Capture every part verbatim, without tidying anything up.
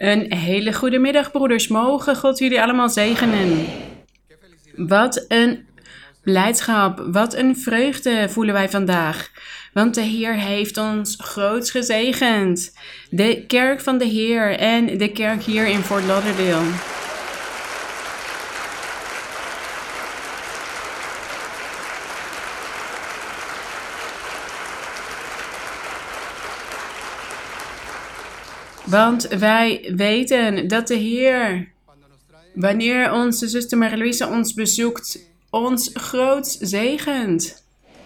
Een hele goede middag, broeders. Mogen God jullie allemaal zegenen. Wat een blijdschap, wat een vreugde voelen wij vandaag. Want de Heer heeft ons groots gezegend. De kerk van de Heer en de kerk hier in Fort Lauderdale. Want wij weten dat de Heer, wanneer onze zuster Marie-Louise ons bezoekt, ons groots zegent.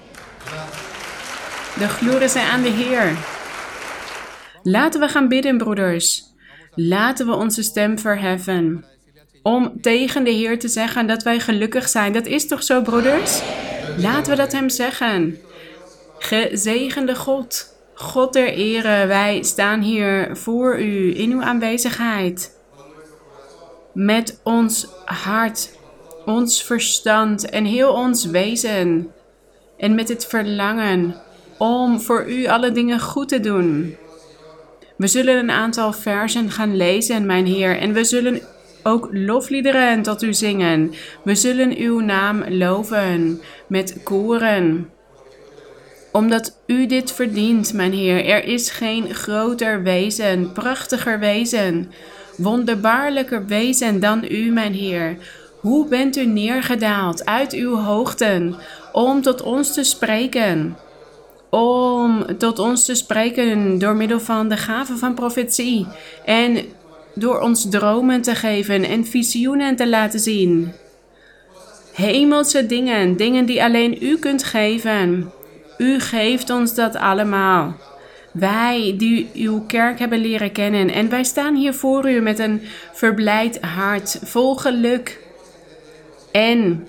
De glorie zij aan de Heer. Laten we gaan bidden, broeders. Laten we onze stem verheffen. Om tegen de Heer te zeggen dat wij gelukkig zijn. Dat is toch zo, broeders? Laten we dat hem zeggen. Gezegende God. God der ere, wij staan hier voor u in uw aanwezigheid. Met ons hart, ons verstand en heel ons wezen. En met het verlangen om voor u alle dingen goed te doen. We zullen een aantal versen gaan lezen, mijn Heer. En we zullen ook lofliederen tot u zingen. We zullen uw naam loven met koren. Omdat u dit verdient, mijn Heer. Er is geen groter wezen, prachtiger wezen, wonderbaarlijker wezen dan u, mijn Heer. Hoe bent u neergedaald uit uw hoogten om tot ons te spreken? Om tot ons te spreken door middel van de gave van profetie. En door ons dromen te geven en visioenen te laten zien. Hemelse dingen, dingen die alleen u kunt geven. U geeft ons dat allemaal. Wij die uw kerk hebben leren kennen. En wij staan hier voor u met een verblijd hart, vol geluk. En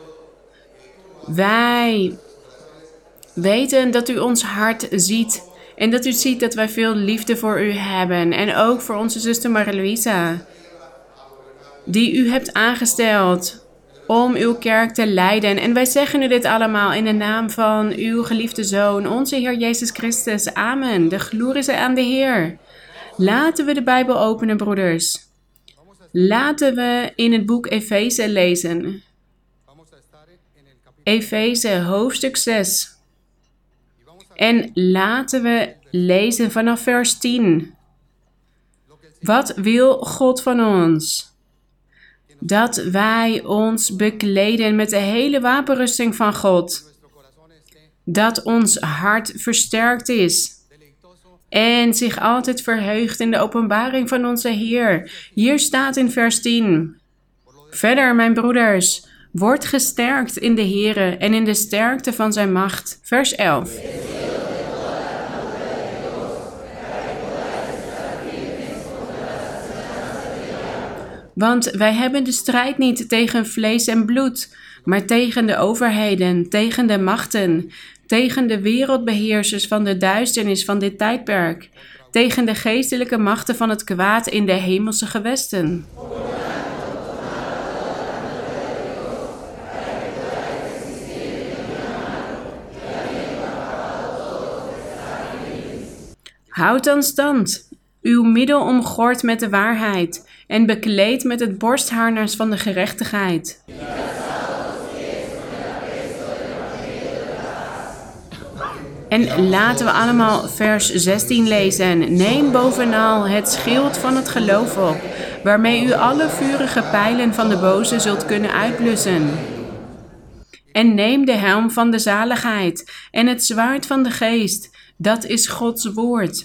wij weten dat u ons hart ziet. En dat u ziet dat wij veel liefde voor u hebben. En ook voor onze zuster Marie-Louise. Die u hebt aangesteld om uw kerk te leiden. En wij zeggen u dit allemaal in de naam van uw geliefde Zoon, onze Heer Jezus Christus. Amen. De glorie zij aan de Heer. Laten we de Bijbel openen, broeders. Laten we in het boek Efeze lezen. Efeze, hoofdstuk zes. En laten we lezen vanaf vers tien. Wat wil God van ons? Dat wij ons bekleden met de hele wapenrusting van God. Dat ons hart versterkt is. En zich altijd verheugt in de openbaring van onze Heer. Hier staat in vers tien. Verder, mijn broeders, word gesterkt in de Here en in de sterkte van zijn macht. Vers elf. Want wij hebben de strijd niet tegen vlees en bloed, maar tegen de overheden, tegen de machten, tegen de wereldbeheersers van de duisternis van dit tijdperk, tegen de geestelijke machten van het kwaad in de hemelse gewesten. Houd dan stand, uw middel omgord met de waarheid en bekleed met het borstharnas van de gerechtigheid. En laten we allemaal vers zestien lezen. Neem bovenal het schild van het geloof op, waarmee u alle vurige pijlen van de boze zult kunnen uitblussen. En neem de helm van de zaligheid en het zwaard van de geest, dat is Gods woord.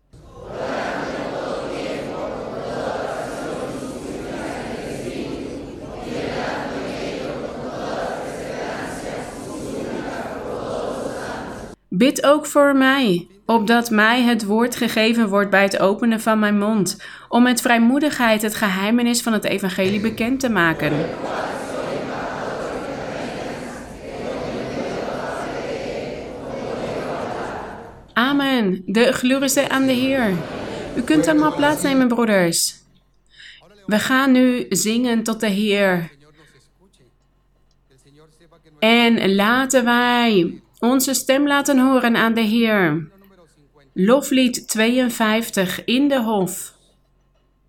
Bid ook voor mij, opdat mij het woord gegeven wordt bij het openen van mijn mond, om met vrijmoedigheid het geheimenis van het evangelie bekend te maken. Amen. De glorie zij aan de Heer. U kunt allemaal plaatsnemen, broeders. We gaan nu zingen tot de Heer. En laten wij onze stem laten horen aan de Heer. Loflied tweeënvijftig in de hof.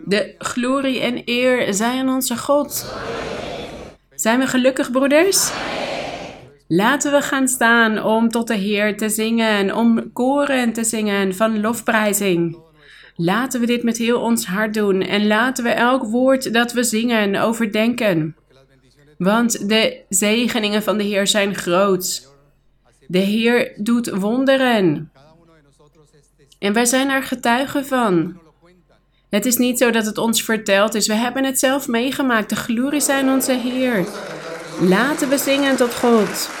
De glorie en eer zij aan onze God. Zijn we gelukkig, broeders? Laten we gaan staan om tot de Heer te zingen, om koren te zingen van lofprijzing. Laten we dit met heel ons hart doen en laten we elk woord dat we zingen overdenken. Want de zegeningen van de Heer zijn groot. De Heer doet wonderen. En wij zijn er getuigen van. Het is niet zo dat het ons verteld is. We hebben het zelf meegemaakt. De glorie zijn onze Heer. Laten we zingen tot God.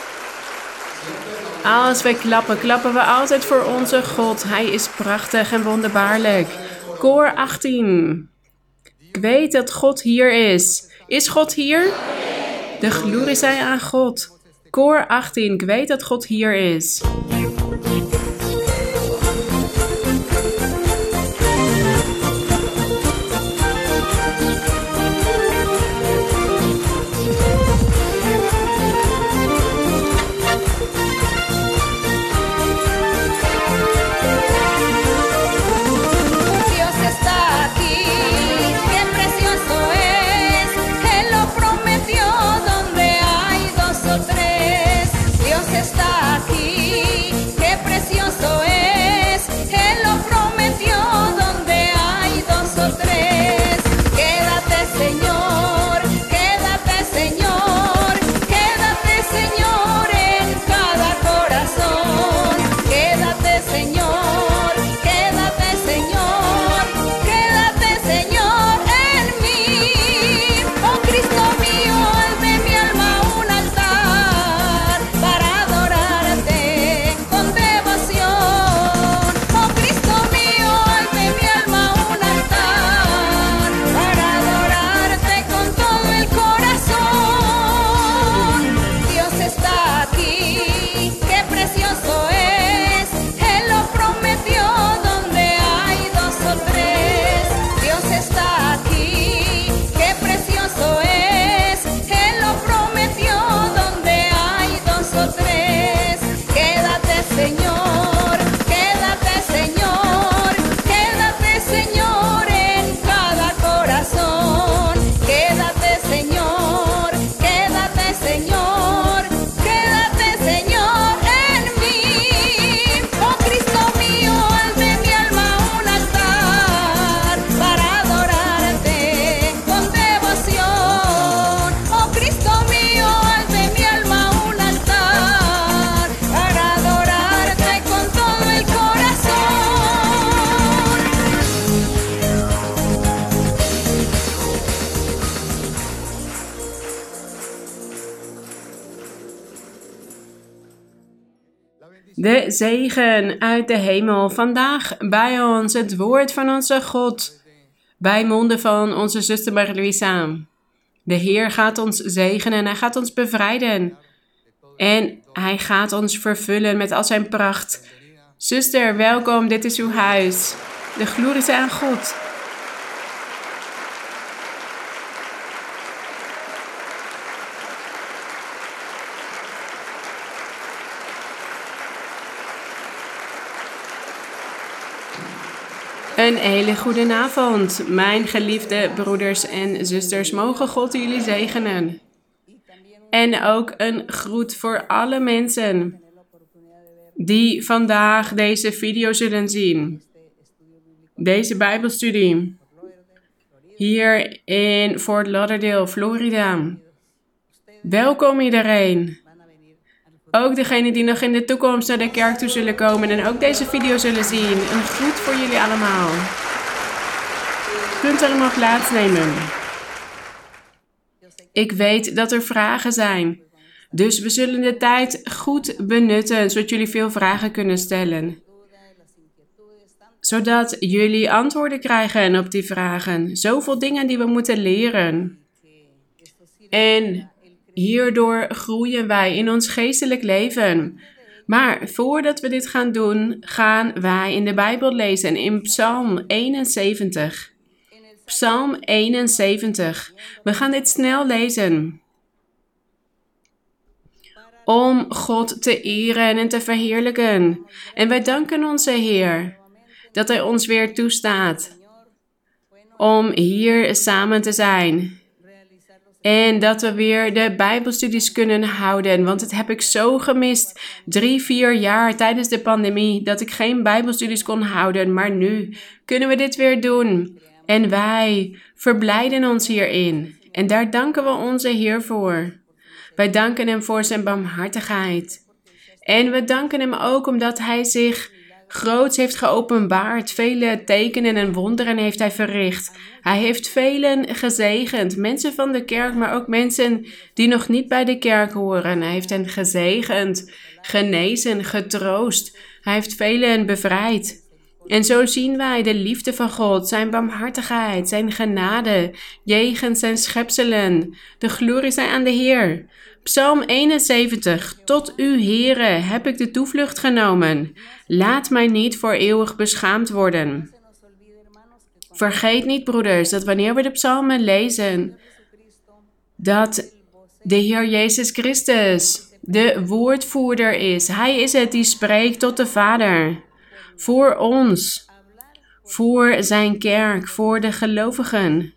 Als wij klappen, klappen we altijd voor onze God. Hij is prachtig en wonderbaarlijk. Koor achttien. Ik weet dat God hier is. Is God hier? De glorie zij aan God. Koor achttien. Ik weet dat God hier is. De zegen uit de hemel. Vandaag bij ons het woord van onze God. Bij monden van onze zuster Marie-Louisa. De Heer gaat ons zegenen en Hij gaat ons bevrijden. En Hij gaat ons vervullen met al zijn pracht. Zuster, welkom, dit is uw huis. De glorie zij aan God. Een hele goede avond, mijn geliefde broeders en zusters. Mogen God jullie zegenen. En ook een groet voor alle mensen die vandaag deze video zullen zien. Deze Bijbelstudie. Hier in Fort Lauderdale, Florida. Welkom iedereen. Ook degenen die nog in de toekomst naar de kerk toe zullen komen en ook deze video zullen zien. Een groet voor jullie allemaal. Je kunt allemaal plaatsnemen. Ik weet dat er vragen zijn. Dus we zullen de tijd goed benutten, zodat jullie veel vragen kunnen stellen. Zodat jullie antwoorden krijgen op die vragen. Zoveel dingen die we moeten leren. En hierdoor groeien wij in ons geestelijk leven. Maar voordat we dit gaan doen, gaan wij in de Bijbel lezen in Psalm eenenzeventig. Psalm eenenzeventig. We gaan dit snel lezen. Om God te eren en te verheerlijken. En wij danken onze Heer dat Hij ons weer toestaat om hier samen te zijn. En dat we weer de Bijbelstudies kunnen houden. Want het heb ik zo gemist. Drie, vier jaar tijdens de pandemie. Dat ik geen Bijbelstudies kon houden. Maar nu kunnen we dit weer doen. En wij verblijden ons hierin. En daar danken we onze Heer voor. Wij danken hem voor zijn barmhartigheid. En we danken hem ook omdat hij zich groots heeft geopenbaard. Vele tekenen en wonderen heeft hij verricht. Hij heeft velen gezegend. Mensen van de kerk, maar ook mensen die nog niet bij de kerk horen. Hij heeft hen gezegend, genezen, getroost. Hij heeft velen bevrijd. En zo zien wij de liefde van God, zijn barmhartigheid, zijn genade, jegens zijn schepselen. De glorie zij aan de Heer. Psalm eenenzeventig. Tot u, Heere, heb ik de toevlucht genomen. Laat mij niet voor eeuwig beschaamd worden. Vergeet niet, broeders, dat wanneer we de psalmen lezen, dat de Heer Jezus Christus de woordvoerder is. Hij is het die spreekt tot de Vader. Voor ons, voor zijn kerk, voor de gelovigen.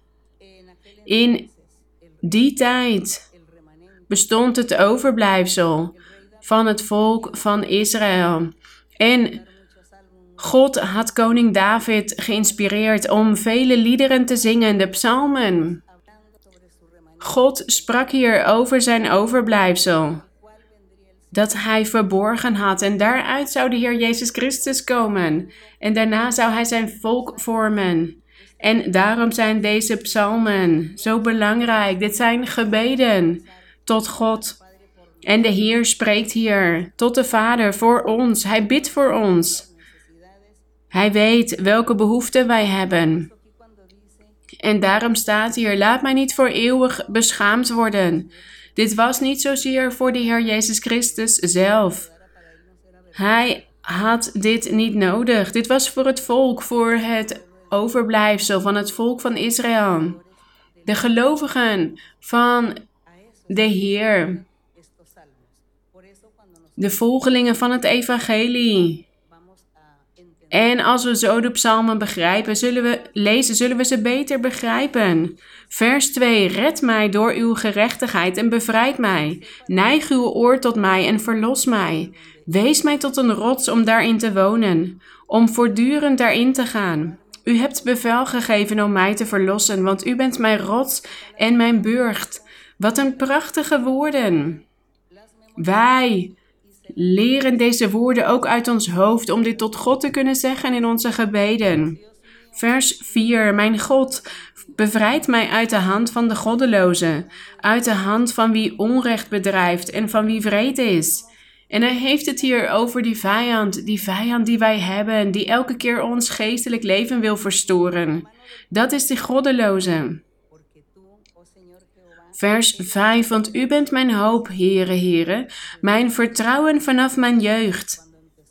In die tijd bestond het overblijfsel van het volk van Israël. En God had koning David geïnspireerd om vele liederen te zingen, de psalmen. God sprak hier over zijn overblijfsel, dat hij verborgen had. En daaruit zou de Heer Jezus Christus komen. En daarna zou hij zijn volk vormen. En daarom zijn deze psalmen zo belangrijk. Dit zijn gebeden tot God. En de Heer spreekt hier tot de Vader voor ons. Hij bidt voor ons. Hij weet welke behoeften wij hebben. En daarom staat hier, laat mij niet voor eeuwig beschaamd worden. Dit was niet zozeer voor de Heer Jezus Christus zelf. Hij had dit niet nodig. Dit was voor het volk, voor het overblijfsel van het volk van Israël. De gelovigen van de Heer. De volgelingen van het evangelie. En als we zo de psalmen begrijpen, zullen we lezen, zullen we ze beter begrijpen. Vers twee. Red mij door uw gerechtigheid en bevrijd mij. Neig uw oor tot mij en verlos mij. Wees mij tot een rots om daarin te wonen, om voortdurend daarin te gaan. U hebt bevel gegeven om mij te verlossen, want u bent mijn rots en mijn burcht. Wat een prachtige woorden. Wij leren deze woorden ook uit ons hoofd om dit tot God te kunnen zeggen in onze gebeden. Vers vier. Mijn God, bevrijd mij uit de hand van de goddelozen, uit de hand van wie onrecht bedrijft en van wie wreed is. En hij heeft het hier over die vijand, die vijand die wij hebben, die elke keer ons geestelijk leven wil verstoren. Dat is de goddeloze. Vers vijf, want u bent mijn hoop, Heere, Heere, mijn vertrouwen vanaf mijn jeugd.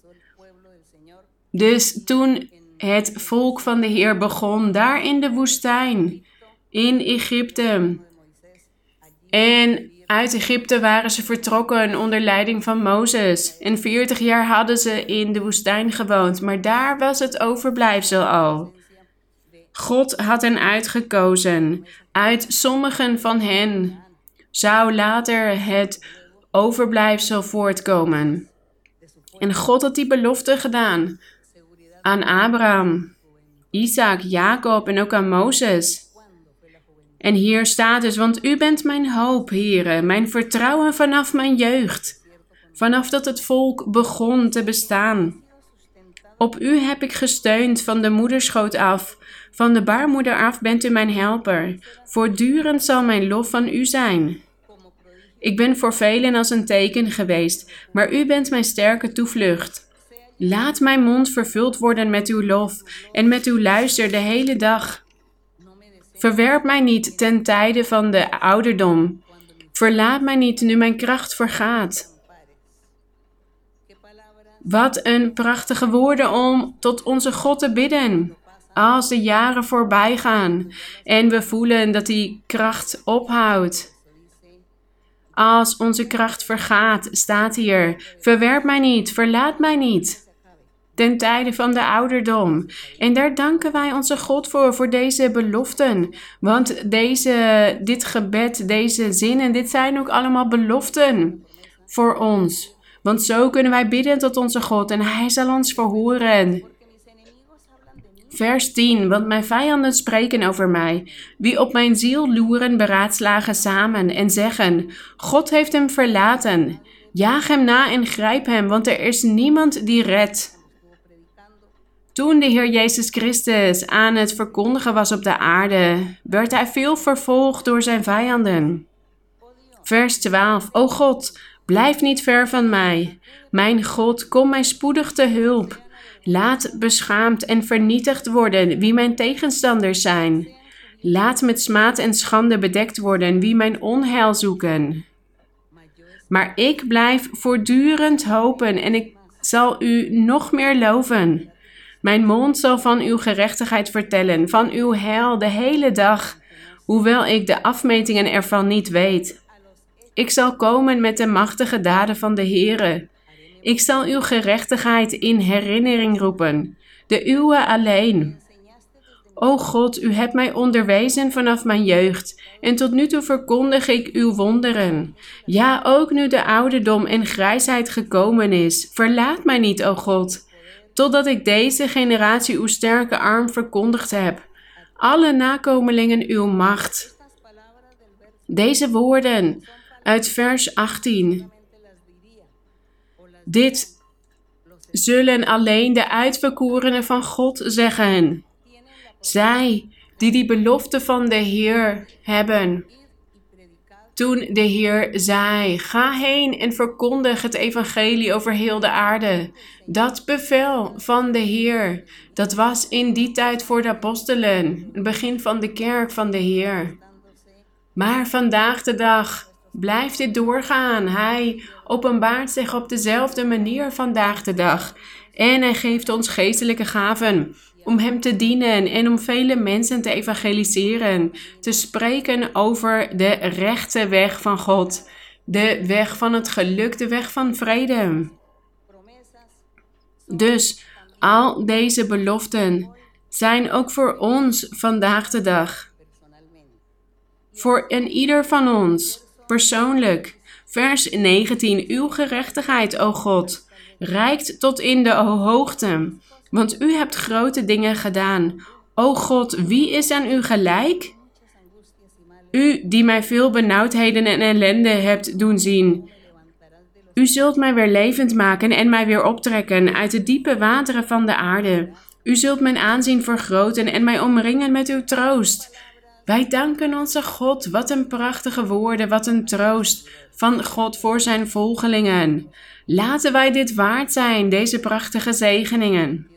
Dus toen het volk van de Heer begon, daar in de woestijn, in Egypte. En uit Egypte waren ze vertrokken onder leiding van Mozes. En veertig jaar hadden ze in de woestijn gewoond, maar daar was het overblijfsel al. God had hen uitgekozen. Uit sommigen van hen zou later het overblijfsel voortkomen. En God had die belofte gedaan aan Abraham, Isaac, Jacob en ook aan Mozes. En hier staat dus, want u bent mijn hoop, Heere, mijn vertrouwen vanaf mijn jeugd. Vanaf dat het volk begon te bestaan. Op u heb ik gesteund van de moederschoot af. Van de baarmoeder af bent u mijn helper. Voortdurend zal mijn lof van u zijn. Ik ben voor velen als een teken geweest, maar u bent mijn sterke toevlucht. Laat mijn mond vervuld worden met uw lof en met uw luister de hele dag. Verwerp mij niet ten tijde van de ouderdom. Verlaat mij niet nu mijn kracht vergaat. Wat een prachtige woorden om tot onze God te bidden. Als de jaren voorbij gaan en we voelen dat die kracht ophoudt. Als onze kracht vergaat, staat hier, verwerp mij niet, verlaat mij niet. ten tijde van de ouderdom. En daar danken wij onze God voor, voor deze beloften. Want deze, dit gebed, deze zinnen, dit zijn ook allemaal beloften voor ons. Want zo kunnen wij bidden tot onze God en Hij zal ons verhoren. Vers tien, want mijn vijanden spreken over mij. Wie op mijn ziel loeren, beraadslagen samen en zeggen, God heeft hem verlaten. Jaag hem na en grijp hem, want er is niemand die redt. Toen de Heer Jezus Christus aan het verkondigen was op de aarde, werd hij veel vervolgd door zijn vijanden. Vers twaalf, o God, blijf niet ver van mij. Mijn God, kom mij spoedig te hulp. Laat beschaamd en vernietigd worden wie mijn tegenstanders zijn. Laat met smaad en schande bedekt worden wie mijn onheil zoeken. Maar ik blijf voortdurend hopen en ik zal u nog meer loven. Mijn mond zal van uw gerechtigheid vertellen, van uw heil de hele dag, hoewel ik de afmetingen ervan niet weet. Ik zal komen met de machtige daden van de Heere. Ik zal uw gerechtigheid in herinnering roepen, de uwe alleen. O God, u hebt mij onderwezen vanaf mijn jeugd, en tot nu toe verkondig ik uw wonderen. Ja, ook nu de ouderdom en grijsheid gekomen is, verlaat mij niet, o God, totdat ik deze generatie uw sterke arm verkondigd heb. Alle nakomelingen uw macht. Deze woorden uit vers achttien. Dit zullen alleen de uitverkorenen van God zeggen. Zij die die belofte van de Heer hebben. Toen de Heer zei, ga heen en verkondig het evangelie over heel de aarde. Dat bevel van de Heer, dat was in die tijd voor de apostelen, het begin van de kerk van de Heer. Maar vandaag de dag blijft dit doorgaan. Hij openbaart zich op dezelfde manier vandaag de dag. En hij geeft ons geestelijke gaven om hem te dienen en om vele mensen te evangeliseren. Te spreken over de rechte weg van God. De weg van het geluk, de weg van vrede. Dus al deze beloften zijn ook voor ons vandaag de dag. Voor een ieder van ons, persoonlijk. Vers negentien. Uw gerechtigheid, o God, reikt tot in de hoogte, want u hebt grote dingen gedaan. O God, wie is aan u gelijk? U die mij veel benauwdheden en ellende hebt doen zien. U zult mij weer levend maken en mij weer optrekken uit de diepe wateren van de aarde. U zult mijn aanzien vergroten en mij omringen met uw troost. Wij danken onze God. Wat een prachtige woorden, wat een troost van God voor zijn volgelingen. Laten wij dit waard zijn, deze prachtige zegeningen.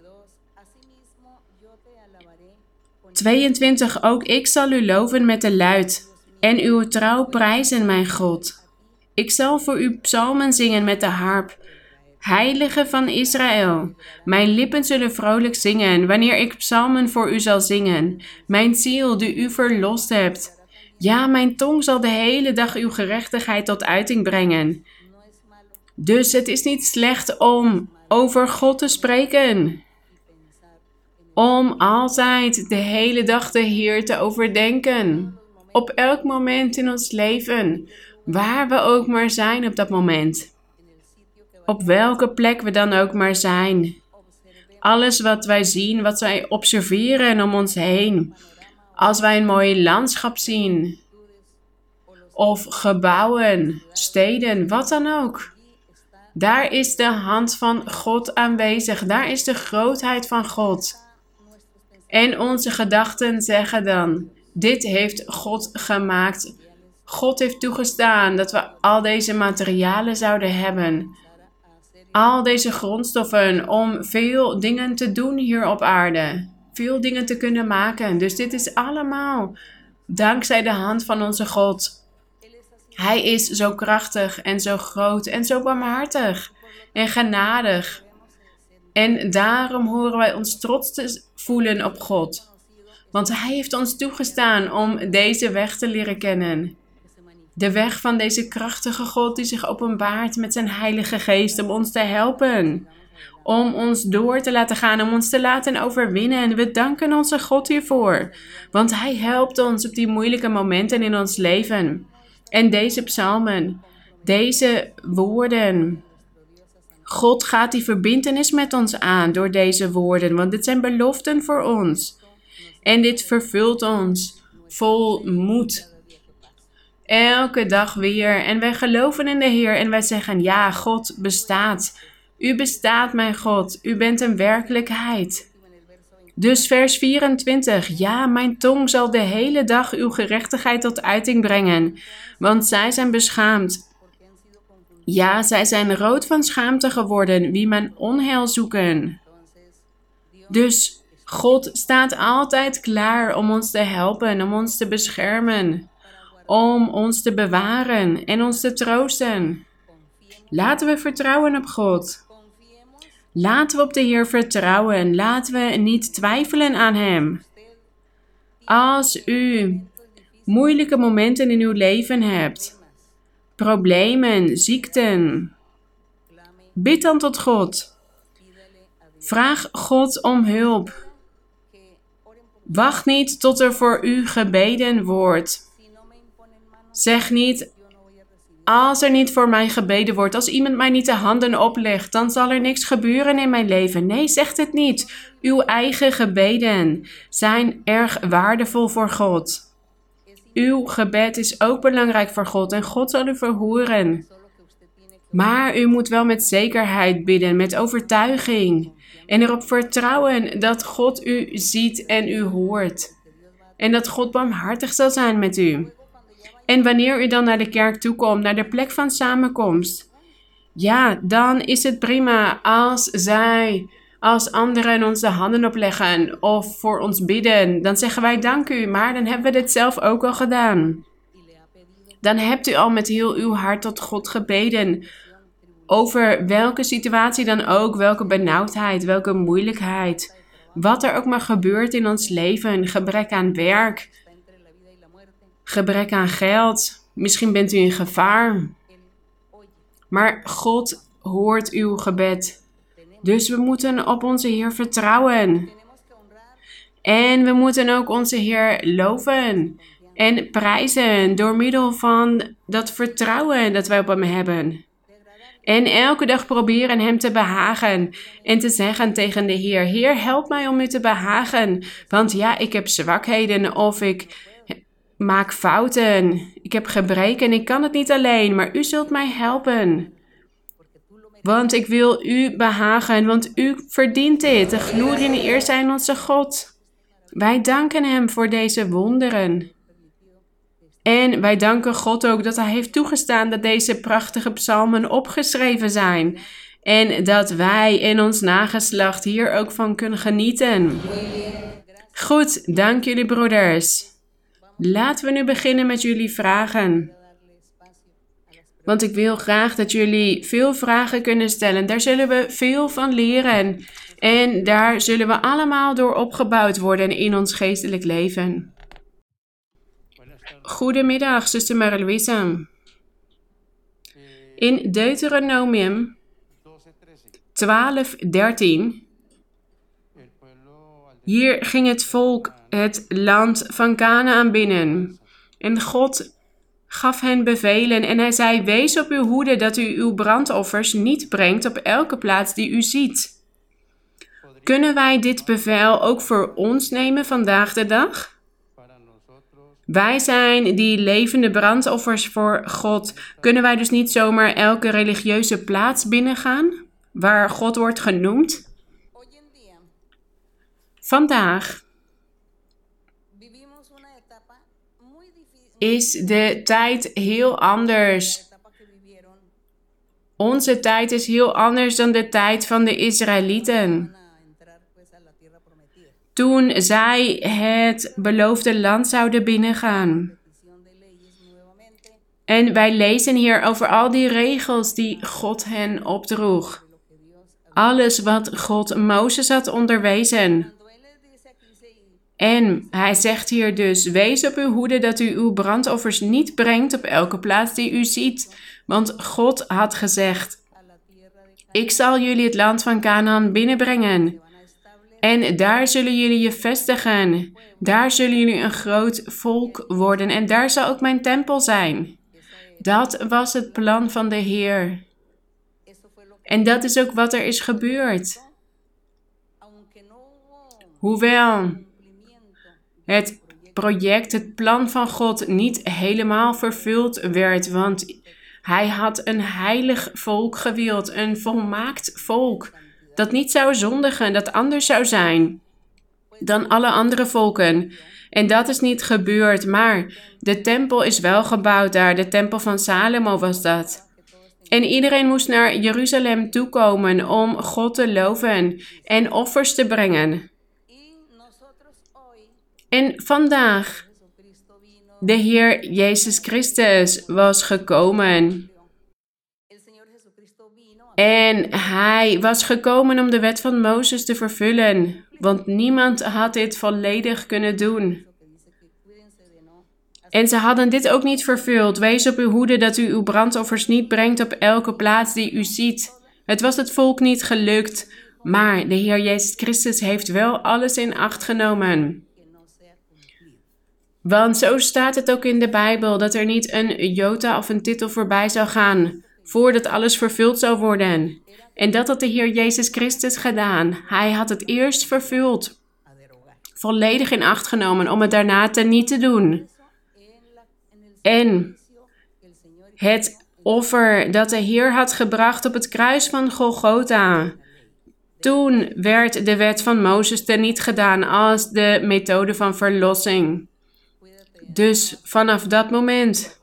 tweeëntwintig. Ook ik zal u loven met de luid en uw trouw prijzen, mijn God. Ik zal voor u psalmen zingen met de harp. Heilige van Israël, mijn lippen zullen vrolijk zingen, wanneer ik psalmen voor u zal zingen. Mijn ziel, die u verlost hebt. Ja, mijn tong zal de hele dag uw gerechtigheid tot uiting brengen. Dus het is niet slecht om over God te spreken. Om altijd de hele dag de Heer te overdenken. Op elk moment in ons leven, waar we ook maar zijn op dat moment. Op welke plek we dan ook maar zijn. Alles wat wij zien, wat wij observeren om ons heen. Als wij een mooi landschap zien. Of gebouwen, steden, wat dan ook. Daar is de hand van God aanwezig. Daar is de grootheid van God. En onze gedachten zeggen dan, dit heeft God gemaakt. God heeft toegestaan dat we al deze materialen zouden hebben. Al deze grondstoffen om veel dingen te doen hier op aarde. Veel dingen te kunnen maken. Dus dit is allemaal dankzij de hand van onze God. Hij is zo krachtig en zo groot en zo barmhartig en genadig. En daarom horen wij ons trots te voelen op God. Want Hij heeft ons toegestaan om deze weg te leren kennen. De weg van deze krachtige God die zich openbaart met zijn Heilige Geest om ons te helpen. om ons door te laten gaan, om ons te laten overwinnen. En we danken onze God hiervoor, want Hij helpt ons op die moeilijke momenten in ons leven. En deze psalmen, deze woorden, God gaat die verbintenis met ons aan door deze woorden, want dit zijn beloften voor ons. En dit vervult ons vol moed. Elke dag weer. En wij geloven in de Heer en wij zeggen, ja, God bestaat. U bestaat, mijn God. U bent een werkelijkheid. Dus vers vierentwintig. Ja, mijn tong zal de hele dag uw gerechtigheid tot uiting brengen, want zij zijn beschaamd. Ja, zij zijn rood van schaamte geworden, wie mijn onheil zoeken. Dus God staat altijd klaar om ons te helpen, om ons te beschermen, om ons te bewaren en ons te troosten. Laten we vertrouwen op God. Laten we op de Heer vertrouwen. Laten we niet twijfelen aan Hem. Als u moeilijke momenten in uw leven hebt, problemen, ziekten, bid dan tot God. Vraag God om hulp. Wacht niet tot er voor u gebeden wordt. Zeg niet, als er niet voor mij gebeden wordt, als iemand mij niet de handen oplegt, dan zal er niks gebeuren in mijn leven. Nee, zeg het niet. Uw eigen gebeden zijn erg waardevol voor God. Uw gebed is ook belangrijk voor God en God zal u verhoren. Maar u moet wel met zekerheid bidden, met overtuiging. En erop vertrouwen dat God u ziet en u hoort. En dat God barmhartig zal zijn met u. En wanneer u dan naar de kerk toekomt, naar de plek van samenkomst. Ja, dan is het prima als zij, als anderen ons de handen opleggen of voor ons bidden. Dan zeggen wij dank u, maar dan hebben we dit zelf ook al gedaan. Dan hebt u al met heel uw hart tot God gebeden. Over welke situatie dan ook, welke benauwdheid, welke moeilijkheid. Wat er ook maar gebeurt in ons leven, gebrek aan werk, gebrek aan geld. Misschien bent u in gevaar. Maar God hoort uw gebed. Dus we moeten op onze Heer vertrouwen. En we moeten ook onze Heer loven en prijzen door middel van dat vertrouwen dat wij op Hem hebben. En elke dag proberen Hem te behagen en te zeggen tegen de Heer, Heer, help mij om U te behagen. Want ja, ik heb zwakheden of ik maak fouten. Ik heb gebreken, ik kan het niet alleen, maar U zult mij helpen. Want ik wil U behagen, want U verdient dit. De glorie en de eer zijn onze God. Wij danken Hem voor deze wonderen. En wij danken God ook dat Hij heeft toegestaan dat deze prachtige psalmen opgeschreven zijn. En dat wij en ons nageslacht hier ook van kunnen genieten. Goed, dank jullie broeders. Laten we nu beginnen met jullie vragen. Want ik wil graag dat jullie veel vragen kunnen stellen. Daar zullen we veel van leren. En daar zullen we allemaal door opgebouwd worden in ons geestelijk leven. Goedemiddag, zuster Marie-Louise. In Deuteronomium twaalf dertien. Hier ging het volk het land van Kanaan binnen. En God gaf hen bevelen en hij zei, wees op uw hoede dat u uw brandoffers niet brengt op elke plaats die u ziet. Kunnen wij dit bevel ook voor ons nemen vandaag de dag? Wij zijn die levende brandoffers voor God. Kunnen wij dus niet zomaar elke religieuze plaats binnengaan waar God wordt genoemd? Vandaag is de tijd heel anders. Onze tijd is heel anders dan de tijd van de Israëlieten. Toen zij het beloofde land zouden binnengaan. En wij lezen hier over al die regels die God hen opdroeg. Alles wat God Mozes had onderwezen. En hij zegt hier dus, wees op uw hoede dat u uw brandoffers niet brengt op elke plaats die u ziet. Want God had gezegd, Ik zal jullie het land van Canaan binnenbrengen. En daar zullen jullie je vestigen. Daar zullen jullie een groot volk worden. En daar zal ook mijn tempel zijn. Dat was het plan van de Heer. En dat is ook wat er is gebeurd. Hoewel het project, het plan van God niet helemaal vervuld werd, want hij had een heilig volk gewild, een volmaakt volk, dat niet zou zondigen, dat anders zou zijn dan alle andere volken. En dat is niet gebeurd, maar de tempel is wel gebouwd daar, de tempel van Salomo was dat. En iedereen moest naar Jeruzalem toekomen om God te loven en offers te brengen. En vandaag, de Heer Jezus Christus was gekomen. En hij was gekomen om de wet van Mozes te vervullen, want niemand had dit volledig kunnen doen. En ze hadden dit ook niet vervuld. Wees op uw hoede dat u uw brandoffers niet brengt op elke plaats die u ziet. Het was het volk niet gelukt, maar de Heer Jezus Christus heeft wel alles in acht genomen. Want zo staat het ook in de Bijbel, dat er niet een jota of een titel voorbij zou gaan, voordat alles vervuld zou worden. En dat had de Heer Jezus Christus gedaan. Hij had het eerst vervuld, volledig in acht genomen, om het daarna teniet te doen. En het offer dat de Heer had gebracht op het kruis van Golgotha, toen werd de wet van Mozes teniet gedaan als de methode van verlossing. Dus vanaf dat moment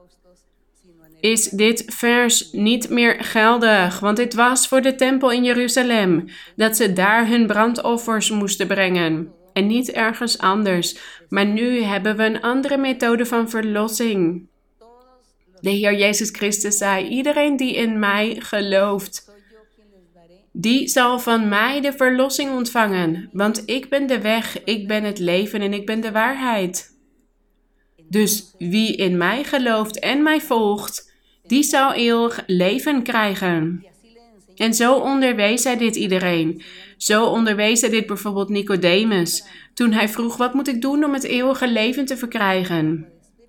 is dit vers niet meer geldig, want dit was voor de tempel in Jeruzalem, dat ze daar hun brandoffers moesten brengen en niet ergens anders. Maar nu hebben we een andere methode van verlossing. De Heer Jezus Christus zei, iedereen die in mij gelooft, die zal van mij de verlossing ontvangen, want ik ben de weg, ik ben het leven en ik ben de waarheid. Dus wie in mij gelooft en mij volgt, die zal eeuwig leven krijgen. En zo onderwees hij dit iedereen. Zo onderwees hij dit bijvoorbeeld Nicodemus, toen hij vroeg, wat moet ik doen om het eeuwige leven te verkrijgen?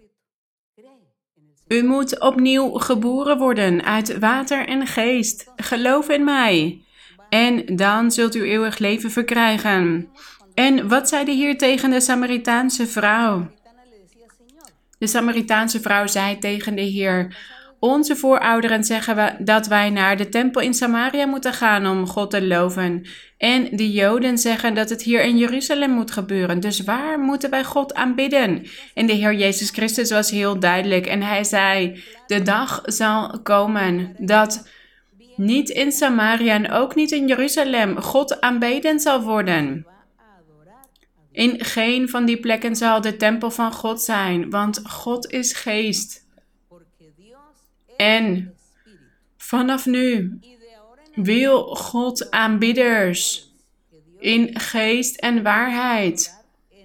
U moet opnieuw geboren worden uit water en geest. Geloof in mij. En dan zult u eeuwig leven verkrijgen. En wat zei de Heer tegen de Samaritaanse vrouw? De Samaritaanse vrouw zei tegen de Heer, onze voorouderen zeggen we dat wij naar de tempel in Samaria moeten gaan om God te loven. En de Joden zeggen dat het hier in Jeruzalem moet gebeuren. Dus waar moeten wij God aanbidden? En de Heer Jezus Christus was heel duidelijk en hij zei, de dag zal komen dat niet in Samaria en ook niet in Jeruzalem God aanbeden zal worden. In geen van die plekken zal de tempel van God zijn, want God is geest. En vanaf nu wil God aanbidders in geest en waarheid.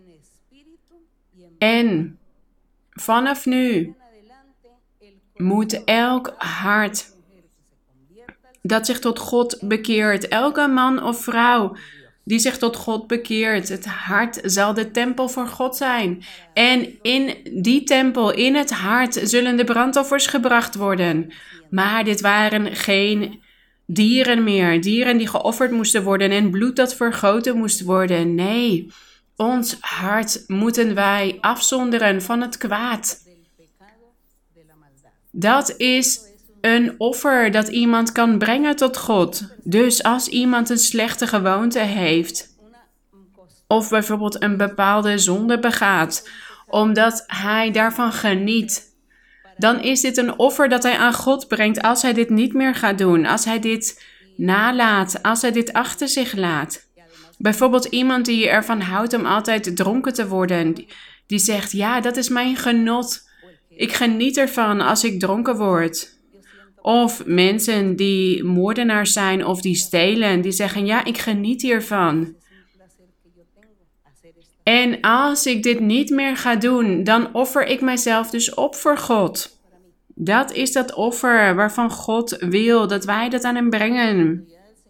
En vanaf nu moet elk hart dat zich tot God bekeert, elke man of vrouw die zich tot God bekeert, het hart zal de tempel voor God zijn. En in die tempel, in het hart, zullen de brandoffers gebracht worden. Maar dit waren geen dieren meer, dieren die geofferd moesten worden en bloed dat vergoten moest worden. Nee, ons hart moeten wij afzonderen van het kwaad. Dat is een offer dat iemand kan brengen tot God. Dus als iemand een slechte gewoonte heeft, of bijvoorbeeld een bepaalde zonde begaat, omdat hij daarvan geniet, dan is dit een offer dat hij aan God brengt als hij dit niet meer gaat doen, als hij dit nalaat, als hij dit achter zich laat. Bijvoorbeeld iemand die ervan houdt om altijd dronken te worden, die, die zegt, ja, dat is mijn genot. Ik geniet ervan als ik dronken word. Of mensen die moordenaars zijn of die stelen, die zeggen, ja, ik geniet hiervan. En als ik dit niet meer ga doen, dan offer ik mijzelf dus op voor God. Dat is dat offer waarvan God wil dat wij dat aan hem brengen.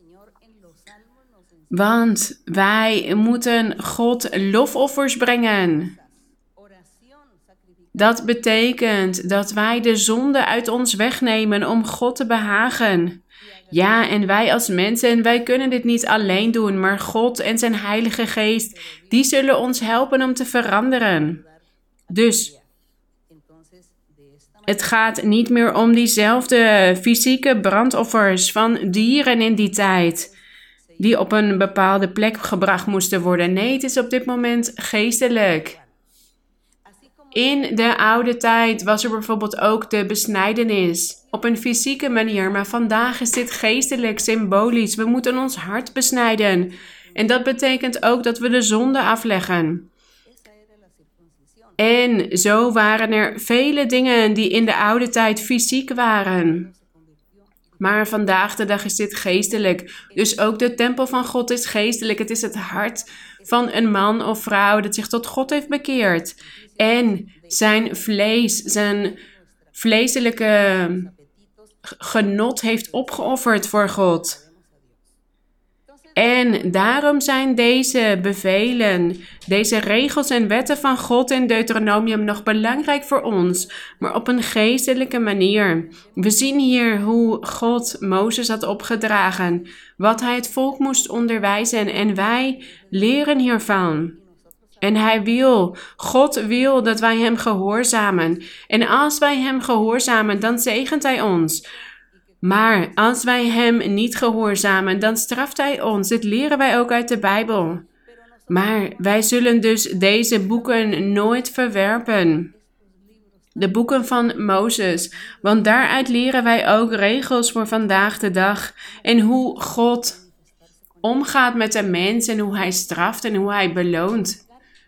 Want wij moeten God lofoffers brengen. Dat betekent dat wij de zonde uit ons wegnemen om God te behagen. Ja, en wij als mensen, wij kunnen dit niet alleen doen, maar God en zijn Heilige Geest, die zullen ons helpen om te veranderen. Dus het gaat niet meer om diezelfde fysieke brandoffers van dieren in die tijd, die op een bepaalde plek gebracht moesten worden. Nee, het is op dit moment geestelijk. In de oude tijd was er bijvoorbeeld ook de besnijdenis op een fysieke manier, maar vandaag is dit geestelijk, symbolisch. We moeten ons hart besnijden. En dat betekent ook dat we de zonde afleggen. En zo waren er vele dingen die in de oude tijd fysiek waren. Maar vandaag de dag is dit geestelijk. Dus ook de tempel van God is geestelijk. Het is het hart van een man of vrouw dat zich tot God heeft bekeerd. En zijn vlees, zijn vleeselijke genot heeft opgeofferd voor God. En daarom zijn deze bevelen, deze regels en wetten van God in Deuteronomium nog belangrijk voor ons, maar op een geestelijke manier. We zien hier hoe God Mozes had opgedragen, wat hij het volk moest onderwijzen en wij leren hiervan. En hij wil, God wil dat wij hem gehoorzamen. En als wij hem gehoorzamen, dan zegent hij ons. Maar als wij hem niet gehoorzamen, dan straft hij ons. Dit leren wij ook uit de Bijbel. Maar wij zullen dus deze boeken nooit verwerpen. De boeken van Mozes. Want daaruit leren wij ook regels voor vandaag de dag. En hoe God omgaat met de mens en hoe hij straft en hoe hij beloont.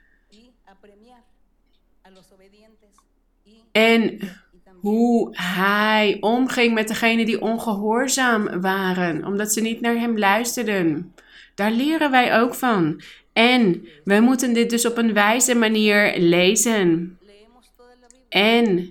En hoe hij omging met degenen die ongehoorzaam waren, omdat ze niet naar hem luisterden. Daar leren wij ook van. En wij moeten dit dus op een wijze manier lezen. En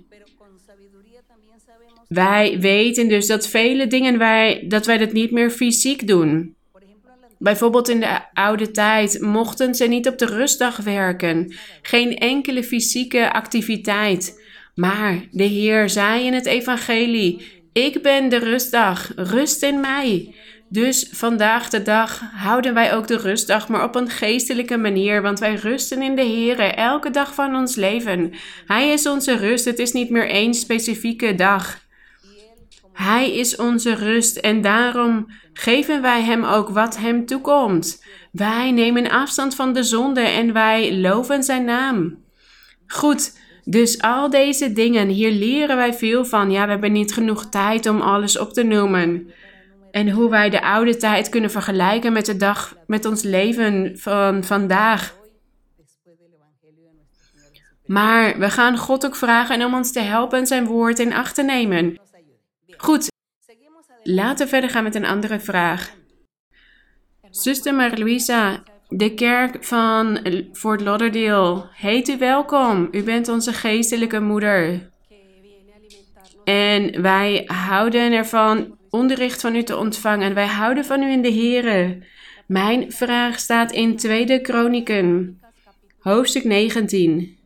wij weten dus dat vele dingen wij, dat wij dat niet meer fysiek doen. Bijvoorbeeld in de oude tijd mochten ze niet op de rustdag werken. Geen enkele fysieke activiteit. Maar de Heer zei in het evangelie, ik ben de rustdag, rust in mij. Dus vandaag de dag houden wij ook de rustdag, maar op een geestelijke manier, want wij rusten in de Heer elke dag van ons leven. Hij is onze rust, het is niet meer één specifieke dag. Hij is onze rust en daarom geven wij hem ook wat hem toekomt. Wij nemen afstand van de zonde en wij loven zijn naam. Goed. Dus al deze dingen, hier leren wij veel van. Ja, we hebben niet genoeg tijd om alles op te noemen. En hoe wij de oude tijd kunnen vergelijken met de dag, met ons leven van vandaag. Maar we gaan God ook vragen om ons te helpen en zijn woord in acht te nemen. Goed, laten we verder gaan met een andere vraag. Zuster Maria-Louisa, de kerk van Fort Lauderdale heet u welkom. U bent onze geestelijke moeder. En wij houden ervan onderricht van u te ontvangen. Wij houden van u in de Here. Mijn vraag staat in Tweede Kronieken, hoofdstuk negentien.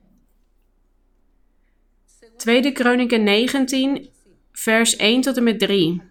Tweede Kronieken negentien, vers één tot en met drie.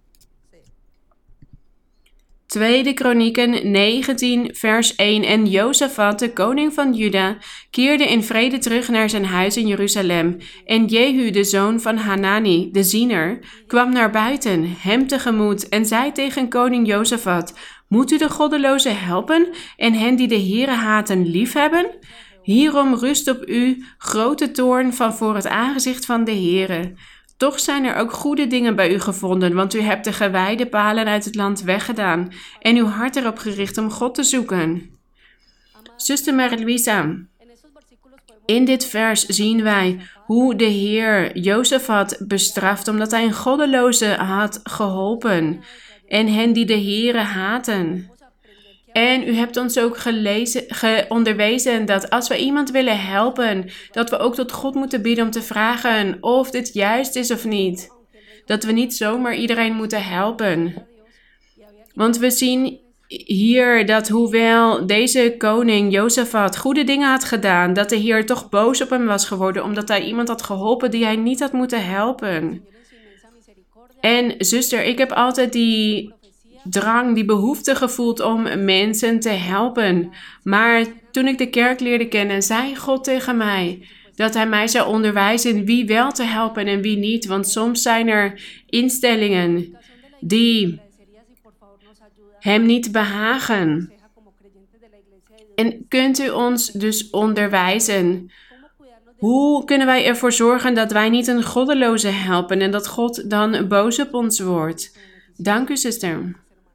Tweede Kronieken negentien, vers één. En Jozafat, de koning van Juda, keerde in vrede terug naar zijn huis in Jeruzalem. En Jehu, de zoon van Hanani, de ziener, kwam naar buiten, hem tegemoet, en zei tegen koning Jozafat, moet u de goddelozen helpen en hen die de Heere haten liefhebben? Hierom rust op u grote toorn van voor het aangezicht van de Heere. Toch zijn er ook goede dingen bij u gevonden, want u hebt de gewijde palen uit het land weggedaan en uw hart erop gericht om God te zoeken. Zuster Maria-Louisa, in dit vers zien wij hoe de Heer Jozafat bestraft omdat hij een goddeloze had geholpen en hen die de Heere haten. En u hebt ons ook gelezen, ge- onderwezen dat als we iemand willen helpen, dat we ook tot God moeten bidden om te vragen of dit juist is of niet. Dat we niet zomaar iedereen moeten helpen. Want we zien hier dat hoewel deze koning Jozefat goede dingen had gedaan, dat de Heer toch boos op hem was geworden omdat hij iemand had geholpen die hij niet had moeten helpen. En zuster, ik heb altijd die drang, die behoefte gevoeld om mensen te helpen. Maar toen ik de kerk leerde kennen, zei God tegen mij dat hij mij zou onderwijzen in wie wel te helpen en wie niet. Want soms zijn er instellingen die hem niet behagen. En kunt u ons dus onderwijzen? Hoe kunnen wij ervoor zorgen dat wij niet een goddeloze helpen en dat God dan boos op ons wordt? Dank u, zuster.